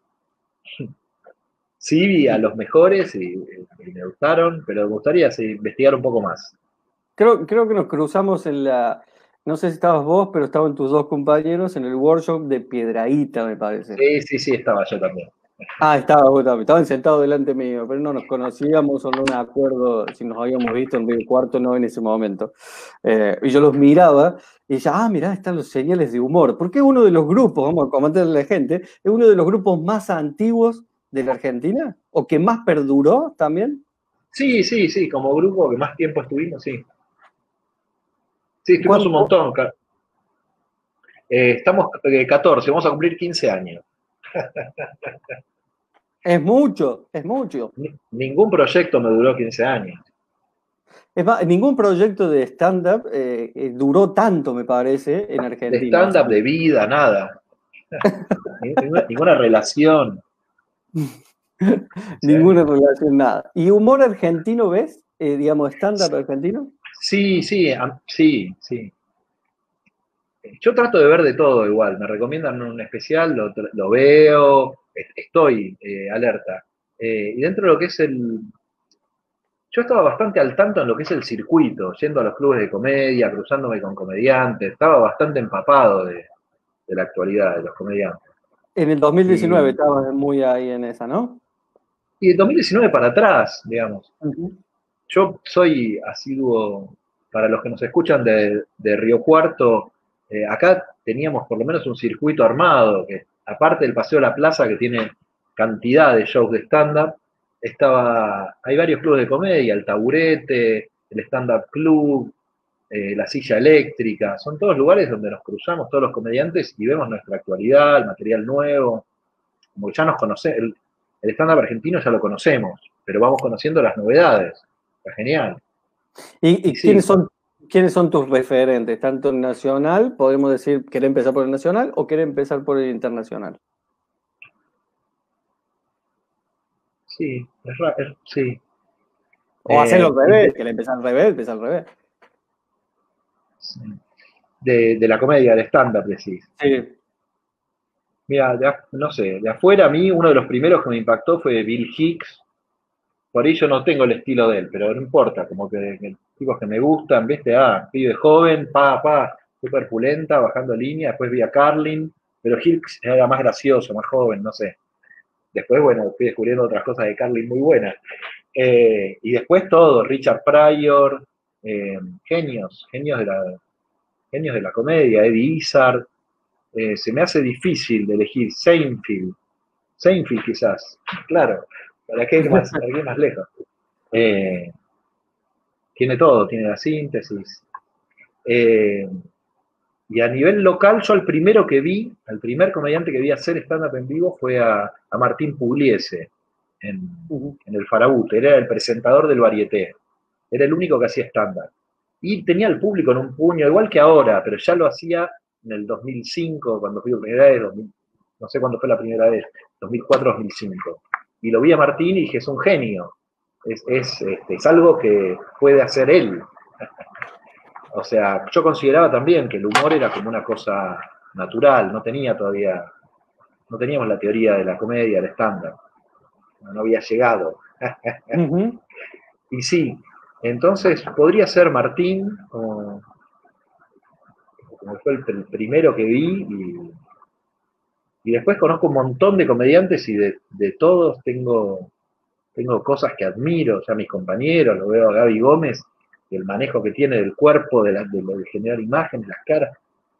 Sí, vi a los mejores y, y me gustaron, pero me gustaría sí, investigar un poco más. Creo, creo que nos cruzamos en la, no sé si estabas vos, pero estaban tus dos compañeros en el workshop de Piedrahíta, me parece. Sí, sí, sí, estaba yo también. Ah, estaba vos también, estaban sentados delante mío, pero no nos conocíamos o no me acuerdo si nos habíamos visto en el cuarto o no en ese momento. Eh, y yo los miraba y decía, ah, mirá, están los señales de humor, porque es uno de los grupos, vamos a comentarle a la gente, es uno de los grupos más antiguos de la Argentina, o que más perduró también. Sí, sí, sí, como grupo que más tiempo estuvimos, sí. Sí, estuvimos un montón. Eh, estamos eh, catorce, vamos a cumplir quince años. Es mucho, es mucho. Ningún proyecto me duró quince años. Es más, ningún proyecto de stand-up eh, duró tanto, me parece, en Argentina. De stand-up, de vida, nada. ninguna, ninguna relación. Ninguna relación, nada. ¿Y humor argentino ves? Eh, digamos, stand-up argentino. Sí, sí, sí, sí. Yo trato de ver de todo igual. Me recomiendan un especial, lo, lo veo, estoy eh, alerta. Eh, y dentro de lo que es el... Yo estaba bastante al tanto en lo que es el circuito, yendo a los clubes de comedia, cruzándome con comediantes. Estaba bastante empapado de, de la actualidad de los comediantes. En el dos mil diecinueve y, estabas muy ahí en esa, ¿no? Y de dos mil diecinueve para atrás, digamos. Uh-huh. Yo soy asiduo, para los que nos escuchan de, de Río Cuarto, eh, acá teníamos por lo menos un circuito armado, que aparte del Paseo de la Plaza, que tiene cantidad de shows de stand-up, estaba, hay varios clubes de comedia, el Taburete, el Stand-Up Club, eh, la Silla Eléctrica, son todos lugares donde nos cruzamos todos los comediantes y vemos nuestra actualidad, el material nuevo, como ya nos conocemos, el, el stand-up argentino ya lo conocemos, pero vamos conociendo las novedades, está genial. ¿Y, y Y sí, quiénes son, quiénes son tus referentes? Tanto en nacional, podemos decir, ¿querés empezar por el nacional o querés empezar por el internacional? sí, es ra- es- sí. O hacerlo Eh, al revés, inte- querés empezar al revés, empezar al revés. sí. de, de la comedia, de stand-up, decís. Sí. Mira, de af- no sé, de afuera a mí uno de los primeros que me impactó fue Bill Hicks. Por ahí yo no tengo el estilo de él, pero no importa, como que, que tipos que me gustan, ¿viste? Ah, pibe joven, pa, pa, súper pulenta, bajando línea, después vi a Carlin, pero Hicks era más gracioso, más joven, no sé. Después, bueno, fui descubriendo otras cosas de Carlin muy buenas. Eh, y después todo, Richard Pryor, eh, genios, genios de la, genios de la comedia, Eddie Izzard. Eh, se me hace difícil de elegir Seinfeld. Seinfeld quizás, claro, ¿para qué ir más, para qué ir más lejos? Eh, tiene todo, tiene la síntesis. Eh, y a nivel local, yo al primero que vi, al primer comediante que vi hacer stand-up en vivo fue a, a Martín Pugliese en, Ujú. en el Faraute. Era el presentador del Varieté. Era el único que hacía stand-up. Y tenía el público en un puño, igual que ahora, pero ya lo hacía en el dos mil cinco, cuando fui por primera vez, dos mil, no sé cuándo fue la primera vez, dos mil cuatro dos mil cinco. Y lo vi a Martín y dije, es un genio. Es, es, este, es algo que puede hacer él. O sea, yo consideraba también que el humor era como una cosa natural, no tenía todavía, no teníamos la teoría de la comedia, del estándar, no, no había llegado. Ujú. Y sí, entonces podría ser Martín, como, como fue el, el primero que vi, y, y después conozco un montón de comediantes y de, de todos tengo, tengo cosas que admiro, o sea, mis compañeros, lo veo a Gaby Gómez, el manejo que tiene del cuerpo, de, la, de, lo de generar imágenes, las caras,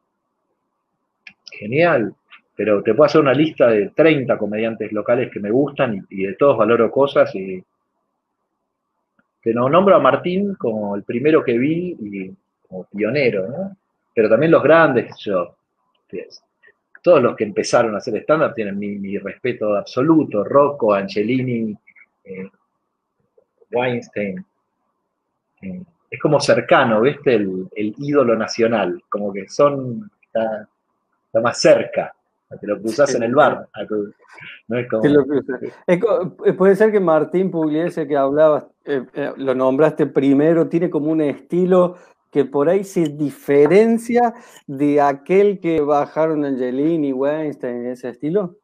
genial, pero te puedo hacer una lista de treinta comediantes locales que me gustan y, y de todos valoro cosas y te no, nombro a Martín como el primero que vi y como pionero, ¿no? Pero también los grandes, yo, todos los que empezaron a hacer stand-up tienen mi, mi respeto absoluto, Rocco, Angelini, eh, Weinstein, eh, es como cercano, ¿viste? El, el ídolo nacional, como que son, está, está más cerca, te lo cruzás Sí, en el sí. bar, no es Sí, lo como, que usted- es co- eh, puede ser que Martín Pugliese que hablabas, eh, eh, lo nombraste primero, tiene como un estilo que por ahí se diferencia de aquel que bajaron Angelini, Weinstein, ese estilo.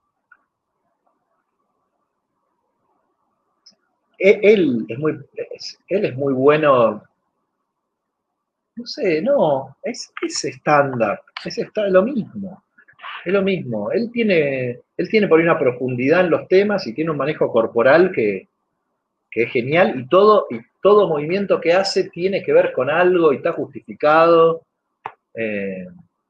él es muy, él es muy bueno, no sé, no, es, es estándar, es estándar, lo mismo, es lo mismo. Él tiene, él tiene por ahí una profundidad en los temas y tiene un manejo corporal que, que es genial y todo, y todo movimiento que hace tiene que ver con algo y está justificado. Eh,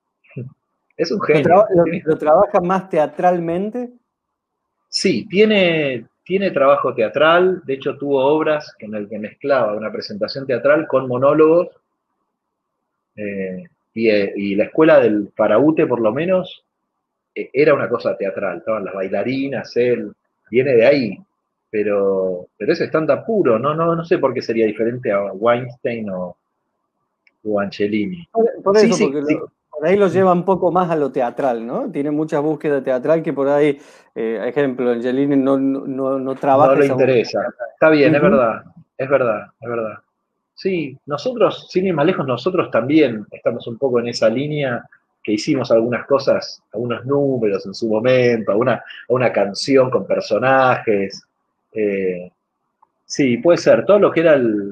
es un ¿Lo, traba- genio. lo- lo trabaja más teatralmente? Sí, tiene, tiene trabajo teatral, de hecho tuvo obras en las que mezclaba una presentación teatral con monólogos. Eh, y, eh, y la escuela del Faraute, por lo menos, eh, era una cosa teatral. Estaban las bailarinas, él viene de ahí. Pero, pero es stand-up puro, ¿no? No, no sé por qué sería diferente a Weinstein o, o Angelini. Por, por Sí, eso, sí, porque sí. lo- por ahí lo lleva un poco más a lo teatral, ¿no? Tiene mucha búsqueda teatral que por ahí, eh, ejemplo, Angelini no, no, no no No trabaja le esa búsqueda interesa. teatral. Está bien, es Ujú. verdad, es verdad, es verdad. Sí, nosotros, sin ir más lejos, nosotros también estamos un poco en esa línea que hicimos algunas cosas, algunos números en su momento, alguna, una canción con personajes. Eh, sí, puede ser. Todo lo que era el,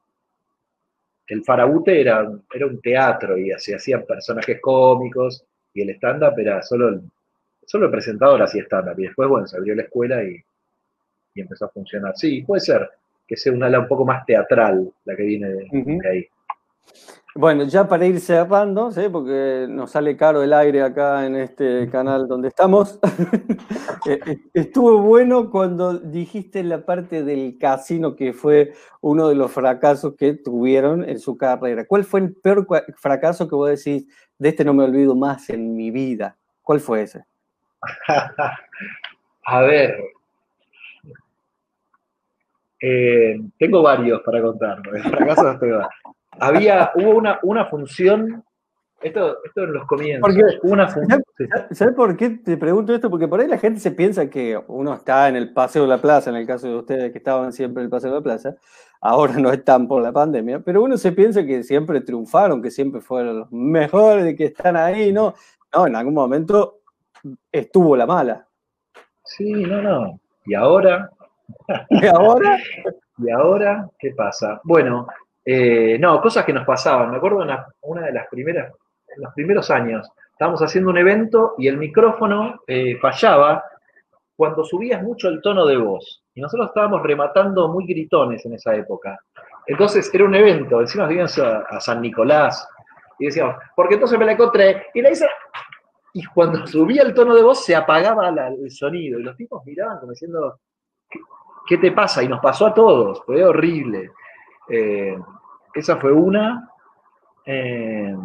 el Faraute era, era un teatro y se hacían personajes cómicos y el stand-up era solo el, solo el presentador hacía stand-up y después, bueno, se abrió la escuela y, y empezó a funcionar. Sí, puede ser que sea una ala un poco más teatral la que viene de, Ujú. de ahí. Bueno, ya para ir cerrando, ¿sí? Porque nos sale caro el aire acá en este canal donde estamos. Eh, eh, Estuvo bueno cuando dijiste la parte del casino, que fue uno de los fracasos que tuvieron en su carrera. ¿Cuál fue el peor cua- fracaso que vos decís, de este no me olvido más en mi vida? ¿Cuál fue ese? A ver, Eh, tengo varios para contar, el fracaso hasta va. Había, hubo una, una función, esto, esto en los comienzos, Porque, hubo una función. Sí. ¿sabes por qué te pregunto esto? Porque por ahí la gente se piensa que uno está en el Paseo de la Plaza, en el caso de ustedes que estaban siempre en el Paseo de la Plaza, ahora no están por la pandemia, pero uno se piensa que siempre triunfaron, que siempre fueron los mejores, que están ahí, ¿no? No, en algún momento estuvo la mala. Sí, no, no. ¿Y ahora? ¿Y ahora? ¿Y ahora qué pasa? Bueno, eh, no, cosas que nos pasaban. Me acuerdo una, una de las primeras, en los primeros años, estábamos haciendo un evento y el micrófono eh, fallaba cuando subías mucho el tono de voz. Y nosotros estábamos rematando muy gritones en esa época. Entonces era un evento, encima íbamos a, a San Nicolás, y decíamos, porque entonces me la encontré, y la hice, y cuando subía el tono de voz se apagaba la, el sonido, y los tipos miraban como diciendo, ¿qué, qué te pasa? Y nos pasó a todos, fue horrible. Eh, esa fue una. Eh,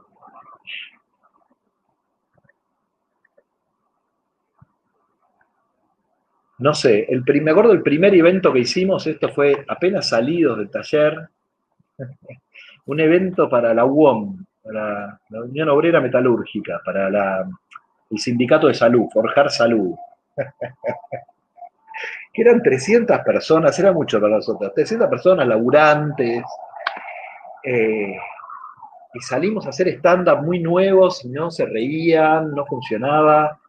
no sé, el, me acuerdo el primer evento que hicimos, esto fue apenas salidos del taller, un evento para la U O M, para la Unión Obrera Metalúrgica, para la, el Sindicato de Salud, Forjar Salud. Que eran trescientas personas, era mucho para nosotros, trescientas personas laburantes, eh, y salimos a hacer stand-up muy nuevos y no se reían, no funcionaba.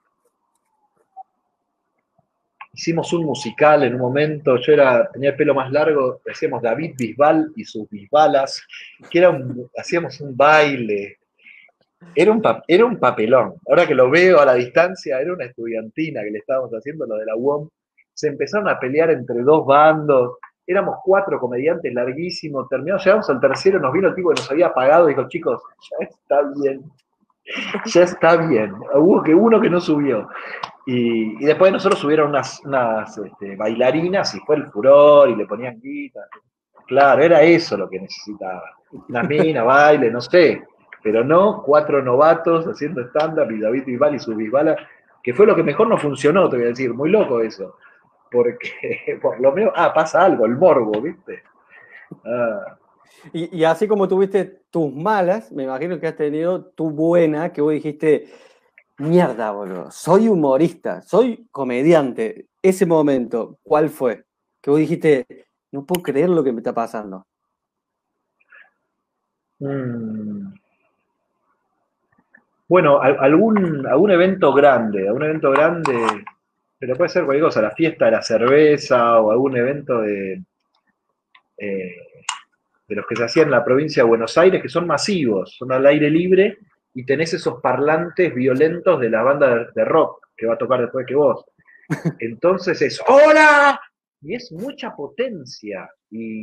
Hicimos un musical en un momento, yo era, tenía el pelo más largo, decíamos David Bisbal y sus Bisbalas, que era un, hacíamos un baile. Era un, era un papelón. Ahora que lo veo a la distancia, era una estudiantina que le estábamos haciendo, lo de la U O M. Se empezaron a pelear entre dos bandos. Éramos cuatro comediantes larguísimos. Terminamos, llegamos al tercero, nos vino el tipo que nos había pagado y dijo, chicos, ya está bien. Ya está bien. Hubo que uno que no subió. Y, y después de nosotros subieron unas, unas este, bailarinas y fue el furor y le ponían guitas. Claro, era eso lo que necesitaba. Una mina, baile, no sé. Pero no cuatro novatos haciendo stand-up y David Bisbal y su Bisbala, que fue lo que mejor no funcionó, te voy a decir. Muy loco eso. Porque por lo menos, ah, pasa algo, el morbo, ¿viste? Ah. Y, y así como tuviste tus malas, me imagino que has tenido tu buena, que vos dijiste, mierda, boludo, soy humorista, soy comediante. Ese momento, ¿cuál fue? Que vos dijiste, no puedo creer lo que me está pasando. Mm. Bueno, algún, algún evento grande, algún evento grande, pero puede ser cualquier cosa, la fiesta de la cerveza o algún evento de, eh, de los que se hacían en la provincia de Buenos Aires, que son masivos, son al aire libre, y tenés esos parlantes violentos de la banda de, de rock que va a tocar después que vos. Entonces es ¡hola! Y es mucha potencia. Y,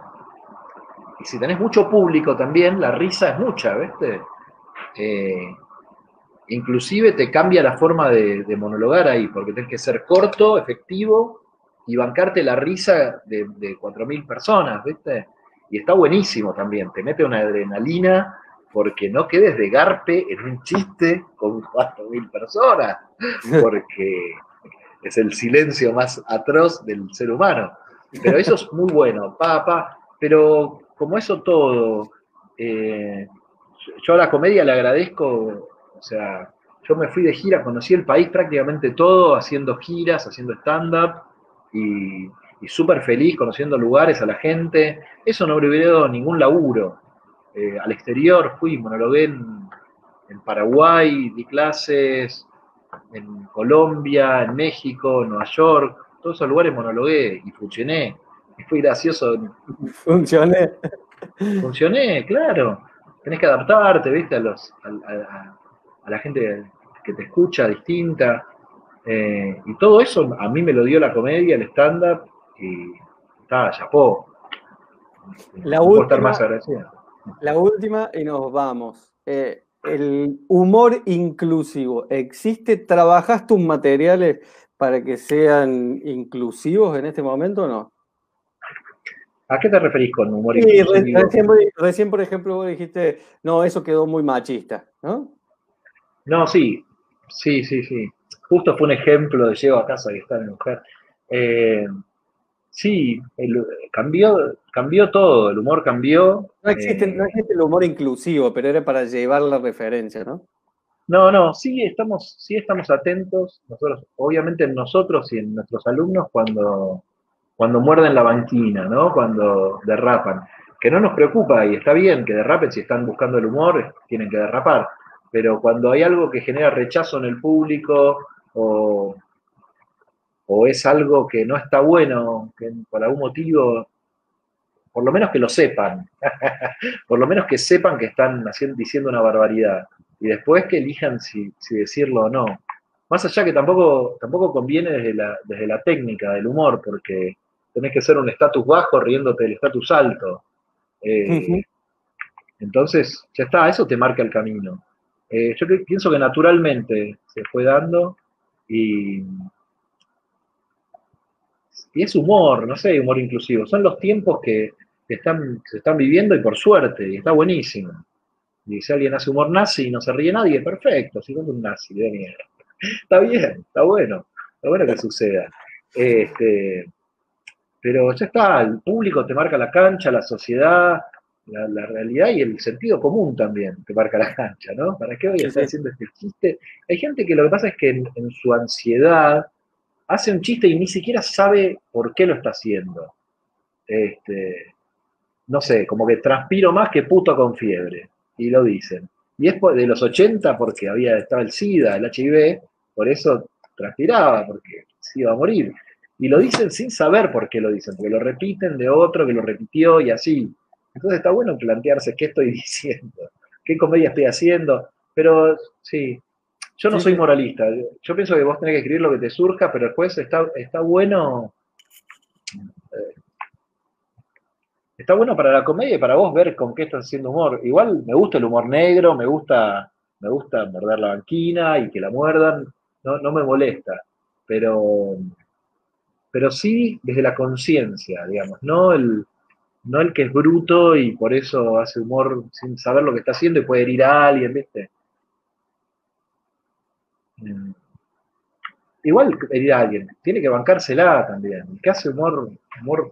y si tenés mucho público también, la risa es mucha, ¿viste? Eh, inclusive te cambia la forma de, de monologar ahí, porque tenés que ser corto, efectivo, y bancarte la risa de, de cuatro mil personas, ¿viste? Y está buenísimo también, te mete una adrenalina, porque no quedes de garpe en un chiste con cuatro mil personas, porque es el silencio más atroz del ser humano. Pero eso es muy bueno, pa, pa. Pero como eso todo, eh, yo a la comedia le agradezco, o sea, yo me fui de gira, conocí el país prácticamente todo, haciendo giras, haciendo stand-up, y, y súper feliz conociendo lugares, a la gente. Eso no hubiera dado ningún laburo. Eh, al exterior fui, monologué en, en Paraguay, di clases, en Colombia, en México, en Nueva York, todos esos lugares monologué y funcioné. Y fui gracioso. Funcioné. Funcioné, claro. Tenés que adaptarte, ¿viste? A, los, a, a, a la gente que te escucha distinta. Eh, y todo eso a mí me lo dio la comedia, el stand-up, y está, chapó. La no última, puedo estar más agradecido. La última y nos vamos. Eh, el humor inclusivo, ¿existe? ¿Trabajas tus materiales para que sean inclusivos en este momento o no? ¿A qué te referís con humor Sí, inclusivo? Recién, recién, por ejemplo, vos dijiste, no, eso quedó muy machista, ¿no? No, sí, sí, sí, sí. Justo fue un ejemplo de llevo a casa que está mi mujer. Eh, Sí, el- cambió, cambió todo, el humor cambió. No existe, eh, no existe el humor inclusivo, pero era para llevar la referencia, ¿no? no, no, sí estamos, sí estamos atentos, nosotros, obviamente en nosotros y en nuestros alumnos cuando, cuando muerden la banquina, ¿no? Cuando derrapan. Que no nos preocupa y está bien que derrapen si están buscando el humor, tienen que derrapar. Pero cuando hay algo que genera rechazo en el público o, o es algo que no está bueno, que por algún motivo, por lo menos que lo sepan, por lo menos que sepan que están haciendo, diciendo una barbaridad. Y después que elijan si, si decirlo o no. Más allá que tampoco, tampoco conviene desde la, desde la técnica del humor, porque tenés que ser un estatus bajo riéndote del estatus alto. Ujú. Eh, entonces, ya está, eso te marca el camino. Eh, yo que- pienso que naturalmente se fue dando y, y es humor, no sé, humor inclusivo. Son los tiempos que, que están, que se están viviendo y por suerte, y está buenísimo. Y si alguien hace humor nazi y no se ríe nadie, perfecto, si no es un nazi, de mierda. Está bien, está bueno, está bueno que suceda. Este, pero ya está, el público te marca la cancha, la sociedad, la, la realidad y el sentido común también te marca la cancha, ¿no? ¿Para qué voy a Sí, estar sí. haciendo este chiste? Hay gente que lo que pasa es que en, en su ansiedad hace un chiste y ni siquiera sabe por qué lo está haciendo. Este, no sé, como que transpiro más que puto con fiebre, y lo dicen. Y es de los ochenta porque había estaba el SIDA, el H I V, por eso transpiraba, porque se iba a morir. Y lo dicen sin saber por qué lo dicen, porque lo repiten de otro que lo repitió y así. Entonces está bueno plantearse qué estoy diciendo, qué comedia estoy haciendo, pero sí, yo no Sí, soy sí. moralista, yo pienso que vos tenés que escribir lo que te surja, pero después está, está bueno está bueno para la comedia y para vos ver con qué estás haciendo humor. Igual me gusta el humor negro, me gusta, me gusta morder la banquina y que la muerdan, no, no me molesta. Pero, pero sí desde la conciencia, digamos, no el, no el que es bruto y por eso hace humor sin saber lo que está haciendo y puede herir a alguien, ¿viste? Mm. Igual herir a alguien, tiene que bancársela también. El que hace humor, humor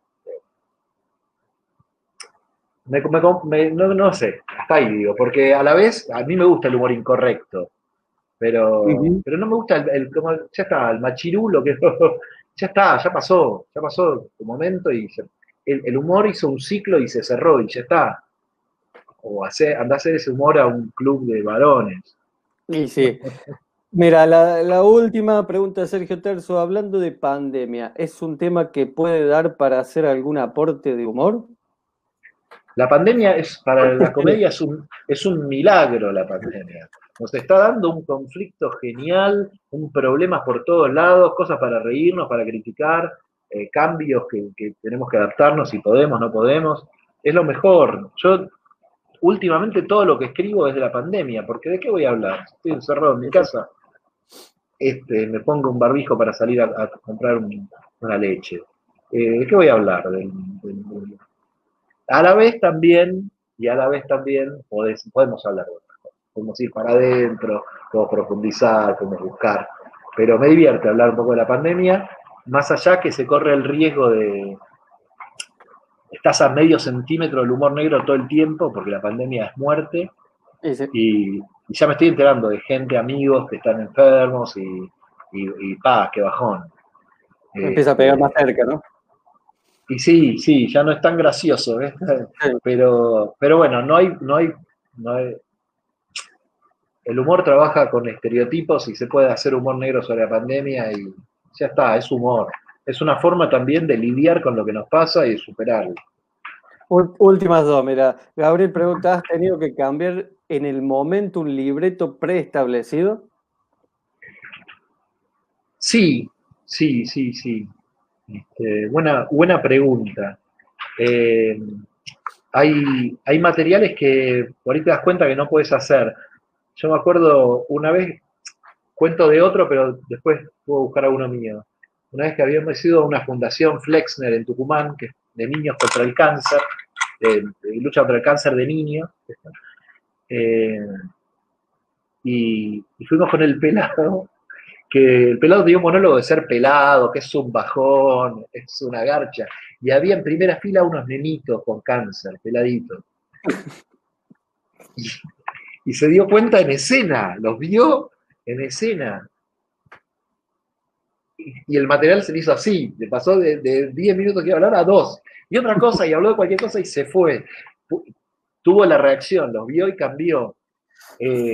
Me, me- me- no, no sé, hasta ahí digo, porque a la vez a mí me gusta el humor incorrecto, pero, Ujú. pero no me gusta el, el- como, ya está, el machirulo, que ya está, ya pasó, ya pasó tu momento y se- el, el humor hizo un ciclo y se cerró y ya está. O hace, anda a hacer ese humor a un club de varones. Y sí. Mira, la, la última pregunta de Sergio Terzo, hablando de pandemia, ¿es un tema que puede dar para hacer algún aporte de humor? La pandemia es, para la comedia es un, es un milagro la pandemia. Nos está dando un conflicto genial, un problema por todos lados, cosas para reírnos, para criticar, eh, cambios que, que tenemos que adaptarnos si podemos, no podemos. Es lo mejor. Yo últimamente todo lo que escribo es de la pandemia, porque ¿de qué voy a hablar? Estoy encerrado en mi casa, este, me pongo un barbijo para salir a, a comprar un- una leche. Eh, ¿de qué voy a hablar? Del, del- del- a la vez también, y a la vez también podés- podemos hablar de otras cosas. Podemos ir para adentro, podemos profundizar, podemos buscar. Pero me divierte hablar un poco de la pandemia, más allá que se corre el riesgo de. Estás a medio centímetro del humor negro todo el tiempo, porque la pandemia es muerte, Y sí, y, y ya me estoy enterando de gente, amigos que están enfermos, y, y, y pa, qué bajón. empieza a pegar más Este, cerca, ¿no? Y sí, sí, ya no es tan gracioso, ¿eh? Sí. Pero, pero bueno, no hay, no hay, no hay, el humor trabaja con estereotipos y se puede hacer humor negro sobre la pandemia y ya está, es humor. Es una forma también de lidiar con lo que nos pasa y de superarlo. Ú- Últimas dos, mira. Gabriel pregunta, ¿has tenido que cambiar en el momento un libreto preestablecido? Sí, sí, sí, sí. Este, buena, buena pregunta. Eh, hay, hay materiales que por ahí te das cuenta que no puedes hacer. Yo me acuerdo una vez, cuento de otro, pero después puedo buscar a uno mío. Una vez que habíamos ido a una fundación Flexner en Tucumán, que es de niños contra el cáncer, de, de lucha contra el cáncer de niños, eh, y, y fuimos con el pelado, que el pelado tenía un monólogo de ser pelado, que es un bajón, es una garcha. Y había en primera fila unos nenitos con cáncer, peladitos. Y, y se dio cuenta en escena, los vio en escena. Y, y el material se le hizo así, le pasó de, de diez minutos que iba a hablar a dos. Y otra cosa, y habló de cualquier cosa y se fue. Tuvo la reacción, los vio y cambió. Eh,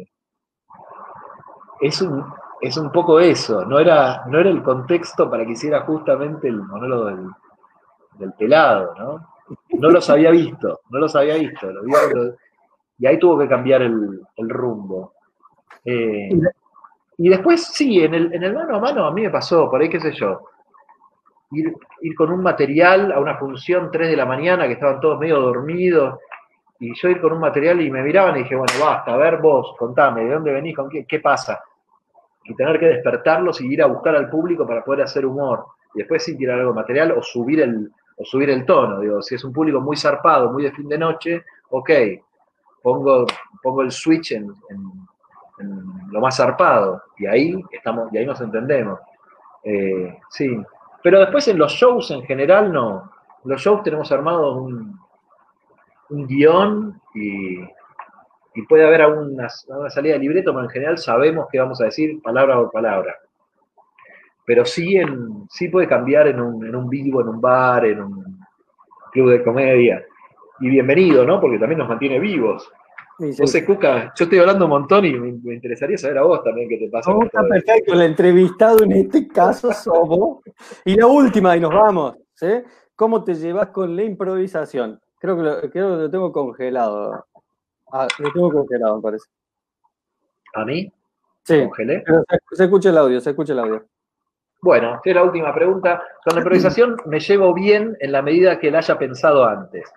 es un, es un poco eso, no era, no era el contexto para que hiciera justamente el monólogo del, del pelado, ¿no? No los había visto, no los había visto, lo vio, lo, y ahí tuvo que cambiar el, el rumbo. Eh, y después, sí, en el, en el mano a mano a mí me pasó, por ahí qué sé yo, ir, ir con un material a una función tres de la mañana que estaban todos medio dormidos, y yo ir con un material y me miraban y dije, bueno, basta, a ver vos, contame, ¿de dónde venís? ¿Con qué, qué pasa? Y tener que despertarlos y ir a buscar al público para poder hacer humor. Y después sí tirar algo de material o subir el, o subir el tono. Digo, si es un público muy zarpado, muy de fin de noche, ok, pongo, pongo el switch en, en, en lo más zarpado. Y ahí, estamos, y ahí nos entendemos. Eh, sí. Pero después en los shows en general no. En los shows tenemos armado un, un guión y, y puede haber alguna, una salida de libreto, pero en general sabemos que vamos a decir palabra por palabra. Pero sí, en, sí puede cambiar en un, en un vivo, en un bar, en un club de comedia. Y bienvenido, ¿no? Porque también nos mantiene vivos. Sí, sí. José Cuca, yo estoy hablando un montón y me, me interesaría saber a vos también qué te pasa. No, está perfecto, el entrevistado en este caso sos vos. Y la última, y nos vamos, ¿sí? ¿Cómo te llevas con la improvisación? Creo que lo, creo que lo tengo congelado. Ah, lo tengo congelado, me parece. ¿A mí? Sí, ¿Congelé? Pero se, se escucha el audio, se escucha el audio. Bueno, es la última pregunta. Con la improvisación me llevo bien en la medida que la haya pensado antes.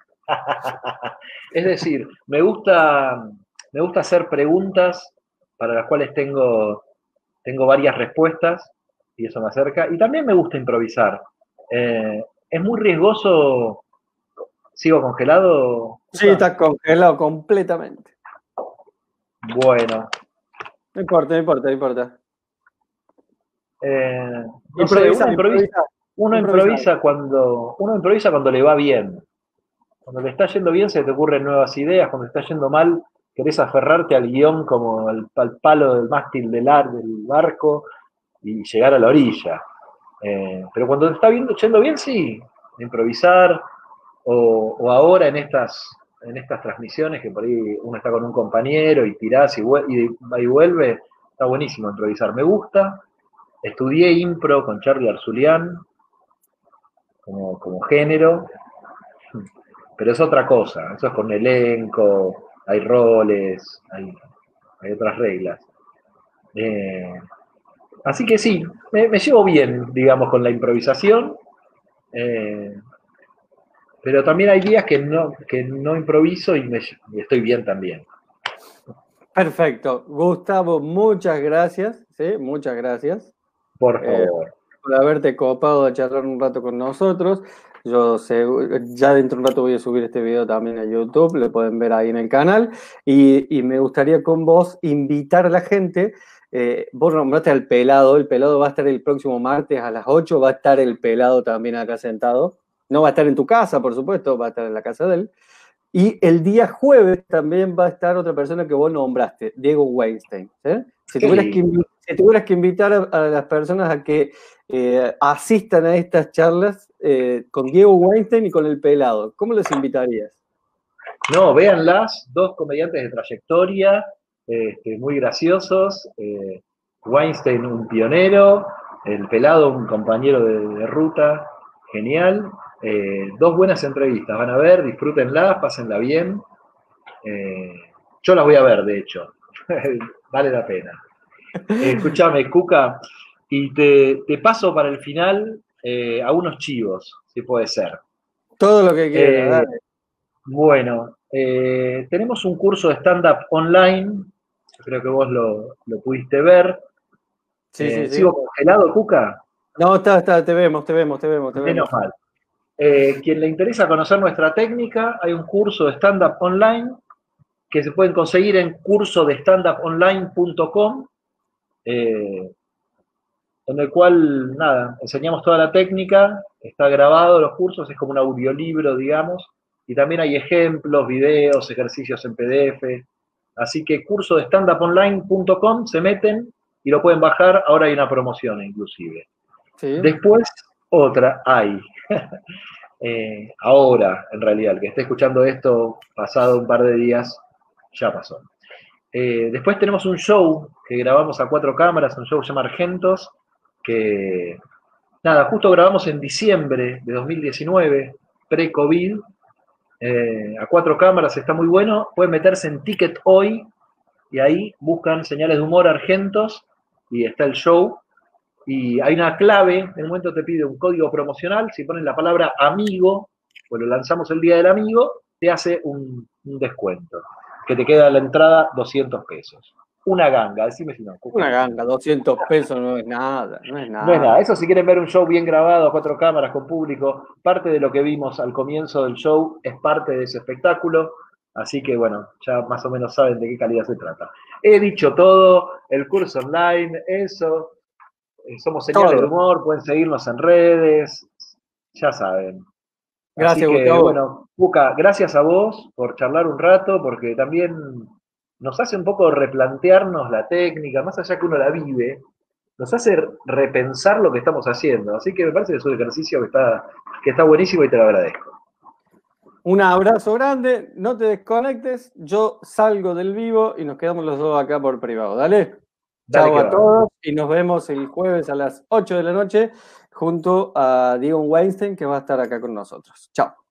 Es decir, me gusta, me gusta hacer preguntas para las cuales tengo, tengo varias respuestas y eso me acerca. Y también me gusta improvisar. Eh, es muy riesgoso. ¿Sigo congelado? Sí, está congelado completamente. Bueno. No importa, no importa, no importa. Eh, no improvisa, sé, uno improvisa, improvisa, uno improvisa. improvisa cuando uno improvisa cuando le va bien. Cuando le está yendo bien se te ocurren nuevas ideas, cuando te está yendo mal querés aferrarte al guión como al, al palo del mástil del, ar, del barco y llegar a la orilla. Eh, pero cuando te está viendo, yendo bien, sí, improvisar, o, o ahora en estas, en estas transmisiones que por ahí uno está con un compañero y tirás y, y va y vuelve, está buenísimo improvisar. Me gusta. Estudié impro con Charlie Arzulián como, como género, pero es otra cosa, eso es con elenco, hay roles, hay, hay otras reglas. Eh, así que sí, me, me llevo bien, digamos, con la improvisación, eh, pero también hay días que no, que no improviso y, me, y estoy bien también. Perfecto. Gustavo, muchas gracias, ¿sí? Muchas gracias. Por favor. Eh, por haberte copado a charlar un rato con nosotros. Yo sé, ya dentro de un rato voy a subir este video también a YouTube, lo pueden ver ahí en el canal. Y, y me gustaría con vos invitar a la gente. Eh, vos nombraste al pelado, el pelado va a estar el próximo martes a las ocho, va a estar el pelado también acá sentado. No va a estar en tu casa, por supuesto, va a estar en la casa de él. Y el día jueves también va a estar otra persona que vos nombraste, Diego Weinstein. ¿Sí? Si, tuvieras que, si tuvieras que invitar a, a las personas a que eh, asistan a estas charlas eh, con Diego Weinstein y con el pelado, ¿cómo los invitarías? No, véanlas, dos comediantes de trayectoria, este, muy graciosos. Eh, Weinstein, un pionero, el pelado, un compañero de, de ruta, genial. Eh, dos buenas entrevistas, van a ver, disfrútenlas, pásenla bien. Eh, yo las voy a ver, de hecho, vale la pena. Eh, escúchame, Cuca, y te, te paso para el final eh, a unos chivos, si puede ser. Todo lo que quieras, eh, dale. Bueno, eh, tenemos un curso de stand-up online, yo creo que vos lo, lo pudiste ver. Sí, eh, sí, sí. ¿Sigo congelado, Cuca? No, está, está, te vemos, te vemos, te vemos, te Menos vemos. mal. Eh, quien le interesa conocer nuestra técnica, hay un curso de stand-up online que se pueden conseguir en curso de stand up online punto com. Eh, en el cual, nada, enseñamos toda la técnica, está grabado los cursos, es como un audiolibro, digamos, y también hay ejemplos, videos, ejercicios en P D F, así que curso de stand up online punto com, se meten y lo pueden bajar, ahora hay una promoción inclusive. Sí. Después, otra hay. eh, ahora, en realidad, el que esté escuchando esto, pasado un par de días, ya pasó. Eh, después tenemos un show que grabamos a cuatro cámaras, un show que se llama Argentos, que, nada, justo grabamos en diciembre de dos mil diecinueve, pre-COVID, eh, a cuatro cámaras, está muy bueno. Pueden meterse en Ticket Hoy y ahí buscan Señales de Humor Argentos y está el show. Y hay una clave, en un momento te pide un código promocional, si ponen la palabra amigo, pues lo lanzamos el día del amigo, te hace un, un descuento, que te queda a la entrada doscientos pesos. Una ganga, decime si no. Una ganga, doscientos pesos no es nada, no es nada. No es nada, eso si quieren ver un show bien grabado a cuatro cámaras con público, parte de lo que vimos al comienzo del show es parte de ese espectáculo, así que bueno, ya más o menos saben de qué calidad se trata. He dicho todo, el curso online, eso... Somos Señales Todo. de Humor, pueden seguirnos en redes, ya saben. Gracias, Así que, Gustavo. bueno, Cuca, gracias a vos por charlar un rato, porque también nos hace un poco replantearnos la técnica, más allá que uno la vive, nos hace repensar lo que estamos haciendo. Así que me parece que es un ejercicio que está, que está buenísimo y te lo agradezco. Un abrazo grande, no te desconectes, yo salgo del vivo y nos quedamos los dos acá por privado. Dale. Dale. Chao a todos y nos vemos el jueves a las ocho de la noche junto a Diego Weinstein, que va a estar acá con nosotros. Chao.